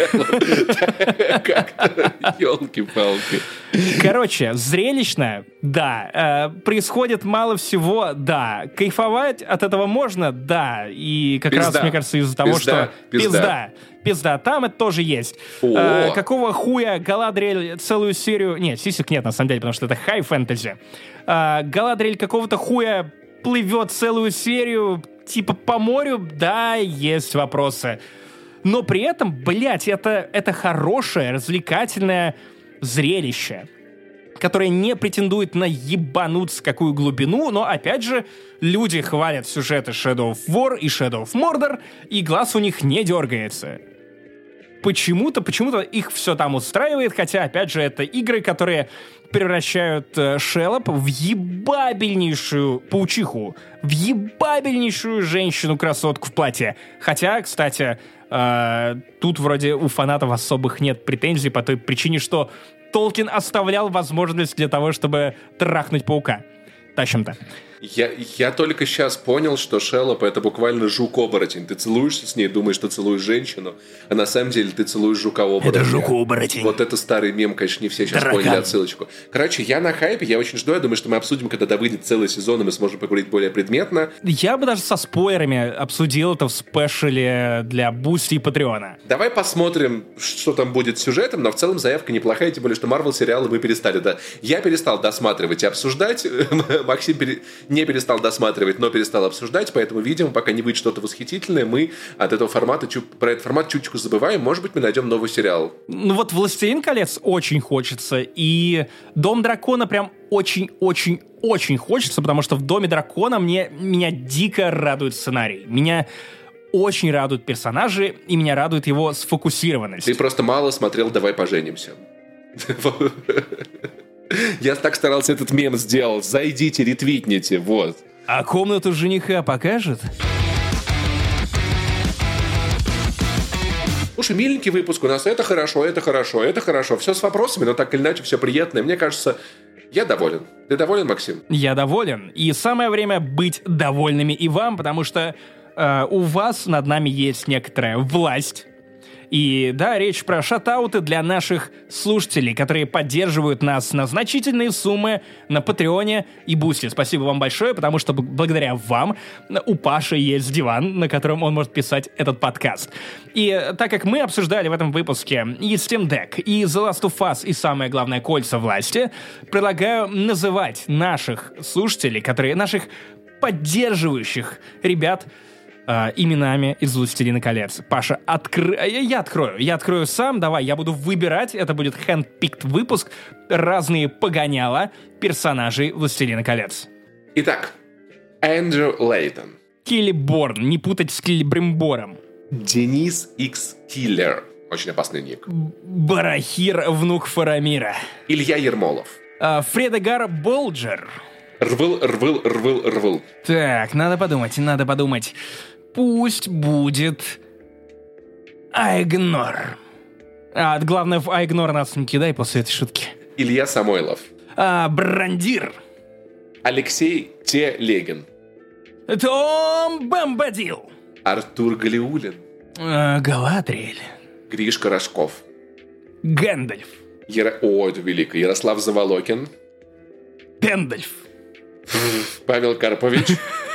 Как-то, ёлки-палки. Короче, зрелищно, да. Происходит мало всего, да. Кайфовать от этого можно, да. И как раз, мне кажется, из-за того, что... Пизда, там это тоже есть. Какого хуя Галадриэль целую серию... Нет, сисек нет, на самом деле, потому что это хай-фэнтези. Галадриэль какого-то хуя плывет целую серию, типа по морю, да, есть вопросы. Но при этом, блядь, это хорошее, развлекательное зрелище, которое не претендует на ебануться какую глубину, но, опять же, люди хвалят сюжеты Shadow of War и Shadow of Mordor, и глаз у них не дергается. почему-то их все там устраивает, хотя, опять же, это игры, которые превращают Шеллоп в ебабельнейшую паучиху, в ебабельнейшую женщину-красотку в платье. Хотя, кстати, тут вроде у фанатов особых нет претензий по той причине, что Толкин оставлял возможность для того, чтобы трахнуть паука. Тащим-то. Я только сейчас понял, что Шеллоп — это буквально жук-оборотень. Ты целуешься с ней, думаешь, что целуешь женщину, а на самом деле ты целуешь жука-оборотня. Это жук-оборотень. Вот это старый мем, конечно, не все сейчас поняли отсылочку. Короче, я на хайпе, я очень жду, я думаю, что мы обсудим, когда выйдет целый сезон, и мы сможем поговорить более предметно. Я бы даже со спойлерами обсудил это в спешле для Бусти и Патреона. Давай посмотрим, что там будет с сюжетом, но в целом заявка неплохая, тем более, что Марвел сериалы мы перестали. Да. Я перестал досматривать и обсуждать, Максим не перестал досматривать, но перестал обсуждать, поэтому, видимо, пока не выйдет что-то восхитительное, мы от этого формата, про этот формат чуть-чуть забываем, может быть, мы найдем новый сериал. Ну вот «Властелин колец» очень хочется, и «Дом дракона» прям очень-очень-очень хочется, потому что в «Доме дракона» меня дико радует сценарий, меня очень радуют персонажи, и меня радует его сфокусированность. Ты просто мало смотрел «Давай поженимся». Я так старался этот мем сделать. Зайдите, ретвитните, вот. А комнату жениха покажет? Слушай, миленький выпуск у нас. Это хорошо, это хорошо, это хорошо. Все с вопросами, но так или иначе все приятное. Мне кажется, я доволен. Ты доволен, Максим? Я доволен. И самое время быть довольными и вам, потому что у вас над нами есть некоторая власть. И да, речь про шатауты для наших слушателей, которые поддерживают нас на значительные суммы на Патреоне и Бусти. Спасибо вам большое, потому что благодаря вам у Паши есть диван, на котором он может писать этот подкаст. И так как мы обсуждали в этом выпуске и Steam Deck, и The Last of Us, и самое главное, кольца власти, предлагаю называть наших слушателей, наших поддерживающих ребят, именами из «Властелина колец». Паша, я открою сам, давай, я буду выбирать, это будет hand-picked выпуск, разные погоняла персонажей «Властелина колец». Итак, Эндрю Лейтон. Келеборн, не путать с Келебримбором. Денис Икс Киллер, очень опасный ник. Барахир, внук Фарамира. Илья Ермолов. Фредегар Болджер. Рвыл. Так, надо подумать. Пусть будет Айгнор. Главное, в Айгнор нас не кидай после этой шутки. Илья Самойлов. Брандир. Алексей Телегин. Том Бомбадил. Артур Галиулин. Галадриэль. Гришка Рожков. Гэндальф. Это велико. Ярослав Заволокин. Пендальф. Павел Карпович.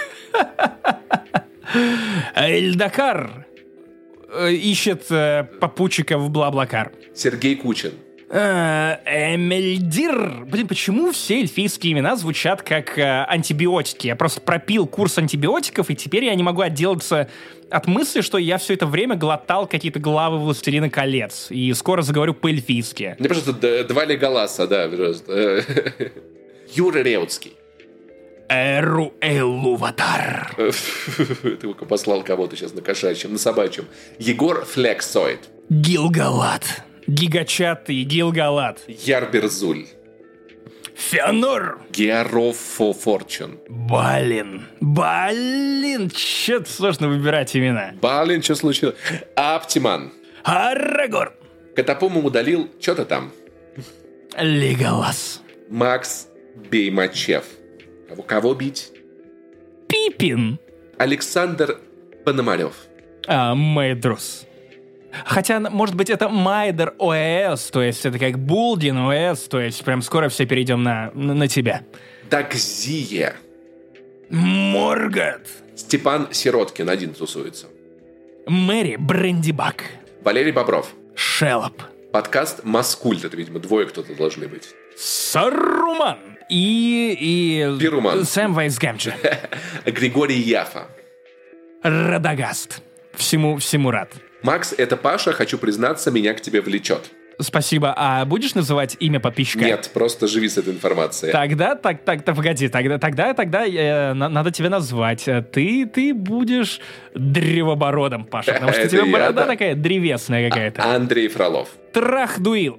Эльдакар ищет попутчика в Блаблакар. Сергей Кучин. Эмельдир. Блин, почему все эльфийские имена звучат как антибиотики? Я просто пропил курс антибиотиков, и теперь я не могу отделаться от мысли, что я все это время глотал какие-то главы «Властелина колец», и скоро заговорю по-эльфийски. Мне просто два Леголаса, да, просто. Юра Реутский. Эру Элуватар. Ты послал кого-то сейчас на кошачьем, на собачьем. Егор Флексоид. Гилгалат. Гигачатый Гилгалат. Ярберзуль. Феонор. Геарофофорчун. Балин. Чё-то сложно выбирать имена. Балин, что случилось? Аптиман. Арагорн. Катапуму удалил, что-то там. Леголас. Макс Беймачев. Кого бить? Пипин. Александр Пономарев. Мэйдрус. Хотя, может быть, это Майдер ОС, то есть это как Булдин ОС, то есть прям скоро все перейдем на тебя. Дагзия. Моргот. Степан Сироткин один тусуется. Мэри Брендибак. Валерий Бобров. Шеллоп. Подкаст Маскульт, это, видимо, двое кто-то должны быть. Саруман. И Пируман. Сэм Вайсгамджи. Григорий Яфа. Радагаст. Всему рад. Макс, это Паша, хочу признаться, меня к тебе влечет. Спасибо. А будешь называть имя подписчика? Нет, просто живи с этой информацией. Тогда погоди, тогда надо тебя назвать. Ты будешь древобородом, Паша, потому что у тебя борода такая древесная какая-то. Андрей Фролов. Трандуил.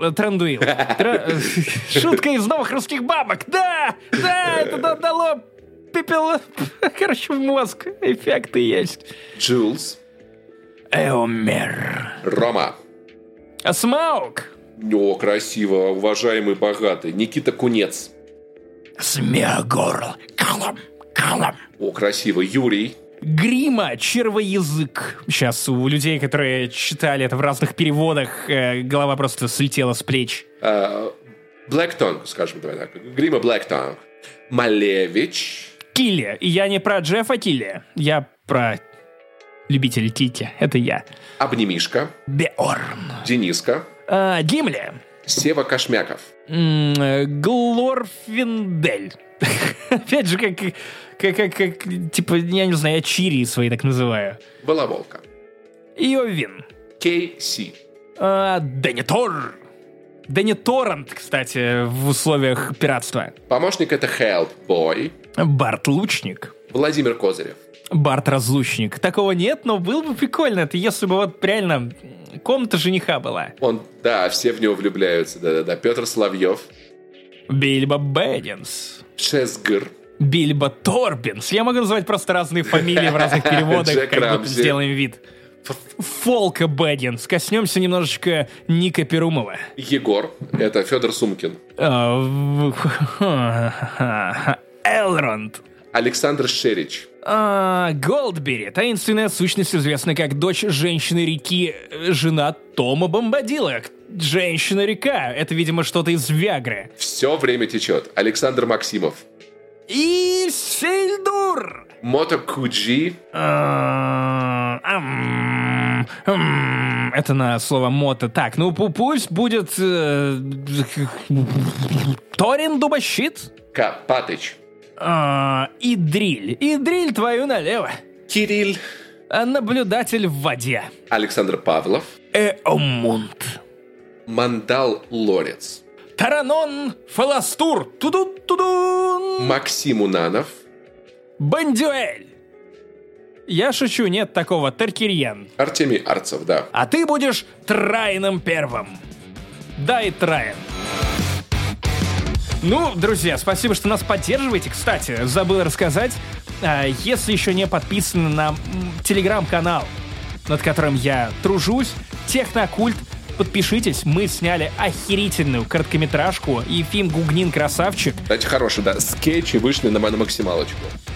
Шутка из новых русских бабок. Да, это дало пепел, короче, в мозг. Эффекты есть. Джулс. Эомер. Рома. Смаук. О, красиво, уважаемый, богатый. Никита Кунец. Смеогорл. Калам. О, красиво. Юрий. Грима, червоязык. Сейчас у людей, которые читали это в разных переводах, голова просто слетела с плеч. Блэктонг, скажем, давай так. Грима Блэктонг. Малевич. Килли. Я не про Джеффа Килли. Я про любителей Кики. Это я. Обнимишка. Беорн. Дениска. Гимли. Сева Кошмяков. Глорфиндель. Опять же, как, типа, я не знаю, я чири свои так называю. Балаболка. Иовин. Кейси. Денитор. Дэнни Торрент, кстати, в условиях пиратства. Помощник — это Хелпбой. Барт Лучник. Владимир Козырев. Барт Разлучник. Такого нет, но было бы прикольно. Это если бы вот реально комната жениха была. Да, все в него влюбляются. Да-да-да. Петр Соловьев. Бильбо Бэггинс. Шесгр. Бильбо Торбинс. Я могу называть просто разные фамилии в разных переводах, как будто сделаем вид. Фолка Бэггинс. Коснемся немножечко Ника Перумова. Егор. Это Федор Сумкин. Элронд. Александр Шерич. Голдберри. Таинственная сущность, известная как дочь женщины-реки, жена Тома Бомбадила. Женщина-река. Это, видимо, что-то из Виагры. Все время течет. Александр Максимов. И Сельдур. Мото Куджи. Это на слово мото. Так, ну пусть будет Торин Дубощит. Капатыч. Идриль. Идриль твою налево. Кирилл. Наблюдатель в воде. Александр Павлов. Эомунт. Мандал Лорец. Таранон Фаластур. Тудун. Максим Унанов. Бандюэль. Я шучу, нет такого. Таркирьян. Артемий Арцев, да. А ты будешь Трайном первым. Дай Трайн. Ну, друзья, спасибо, что нас поддерживаете. Кстати, забыл рассказать, если еще не подписаны на телеграм-канал, над которым я тружусь, Технокульт, подпишитесь. Мы сняли охерительную короткометражку. Ефим Гугнин красавчик. Кстати, хороший, да. Скетчи вышли на максималочку.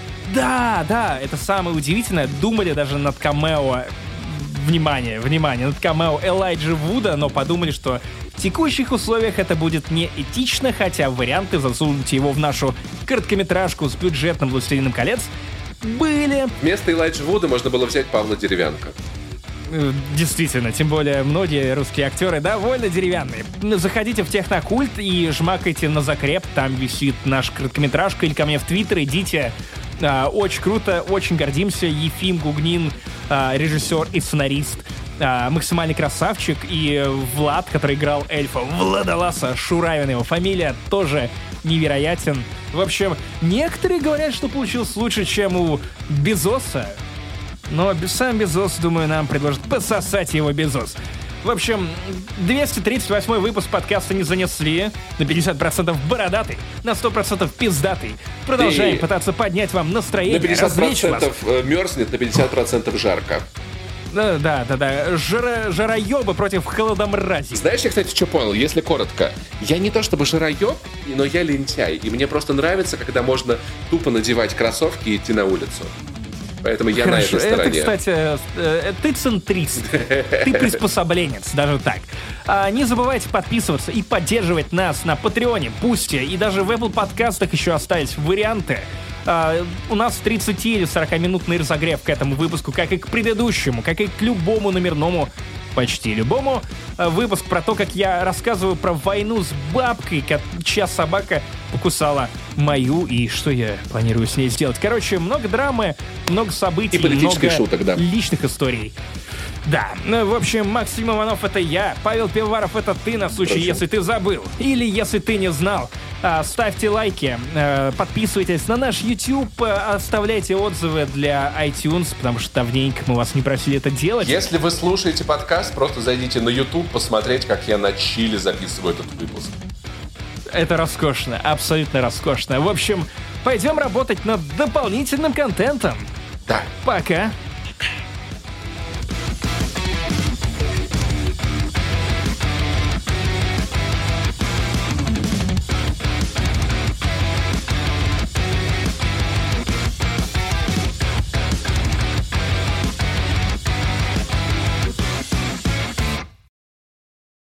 Да, это самое удивительное. Думали даже над камео... Внимание, над камео Элайджа Вуда, но подумали, что в текущих условиях это будет неэтично, хотя варианты засунуть его в нашу короткометражку с бюджетным «Властелином колец» были. Вместо Элайджа Вуда можно было взять Павла Деревянко. Действительно, тем более многие русские актеры довольно деревянные. Заходите в Технокульт и жмакайте на закреп, там висит наша короткометражка, или ко мне в Твиттер, идите. Очень круто, очень гордимся. Ефим Гугнин, режиссер и сценарист, максимальный красавчик. И Влад, который играл эльфа, Владоласа Шуравин его фамилия, тоже невероятен. В общем, некоторые говорят, что получилось лучше, чем у Безоса. Но сам Безос, думаю, нам предложит пососать его Безос. В общем, 238 выпуск подкаста не занесли. На 50% бородатый, на 100% пиздатый. Продолжаем пытаться поднять вам настроение, на 50% мерзнет, на 50% жарко. Да. Жароёбы против холодомрази. Знаешь, я, кстати, что понял? Если коротко, я не то чтобы жароёб, но я лентяй. И мне просто нравится, когда можно тупо надевать кроссовки и идти на улицу. Поэтому я на этой стороне. Это, кстати, ты центрист, ты приспособленец, даже так. Не забывайте подписываться и поддерживать нас на Патреоне, Бусти и даже в Apple подкастах еще остались варианты. У нас 30 или 40-минутный разогрев к этому выпуску, как и к предыдущему, как и к любому номерному, почти любому, выпуск про то, как я рассказываю про войну с бабкой, чья собака покусала мою, и что я планирую с ней сделать. Короче, много драмы, много событий, и политических шуток, да. Личных историй. Да, в общем, Максим Иванов — это я, Павел Пивоваров — это ты, на случай, если ты забыл. Или если ты не знал. Ставьте лайки, подписывайтесь на наш YouTube, оставляйте отзывы для iTunes, потому что давненько мы вас не просили это делать. Если вы слушаете подкаст, просто зайдите на YouTube посмотреть, как я на чили записываю этот выпуск. Это роскошно, абсолютно роскошно. В общем, пойдем работать над дополнительным контентом. Да. Пока.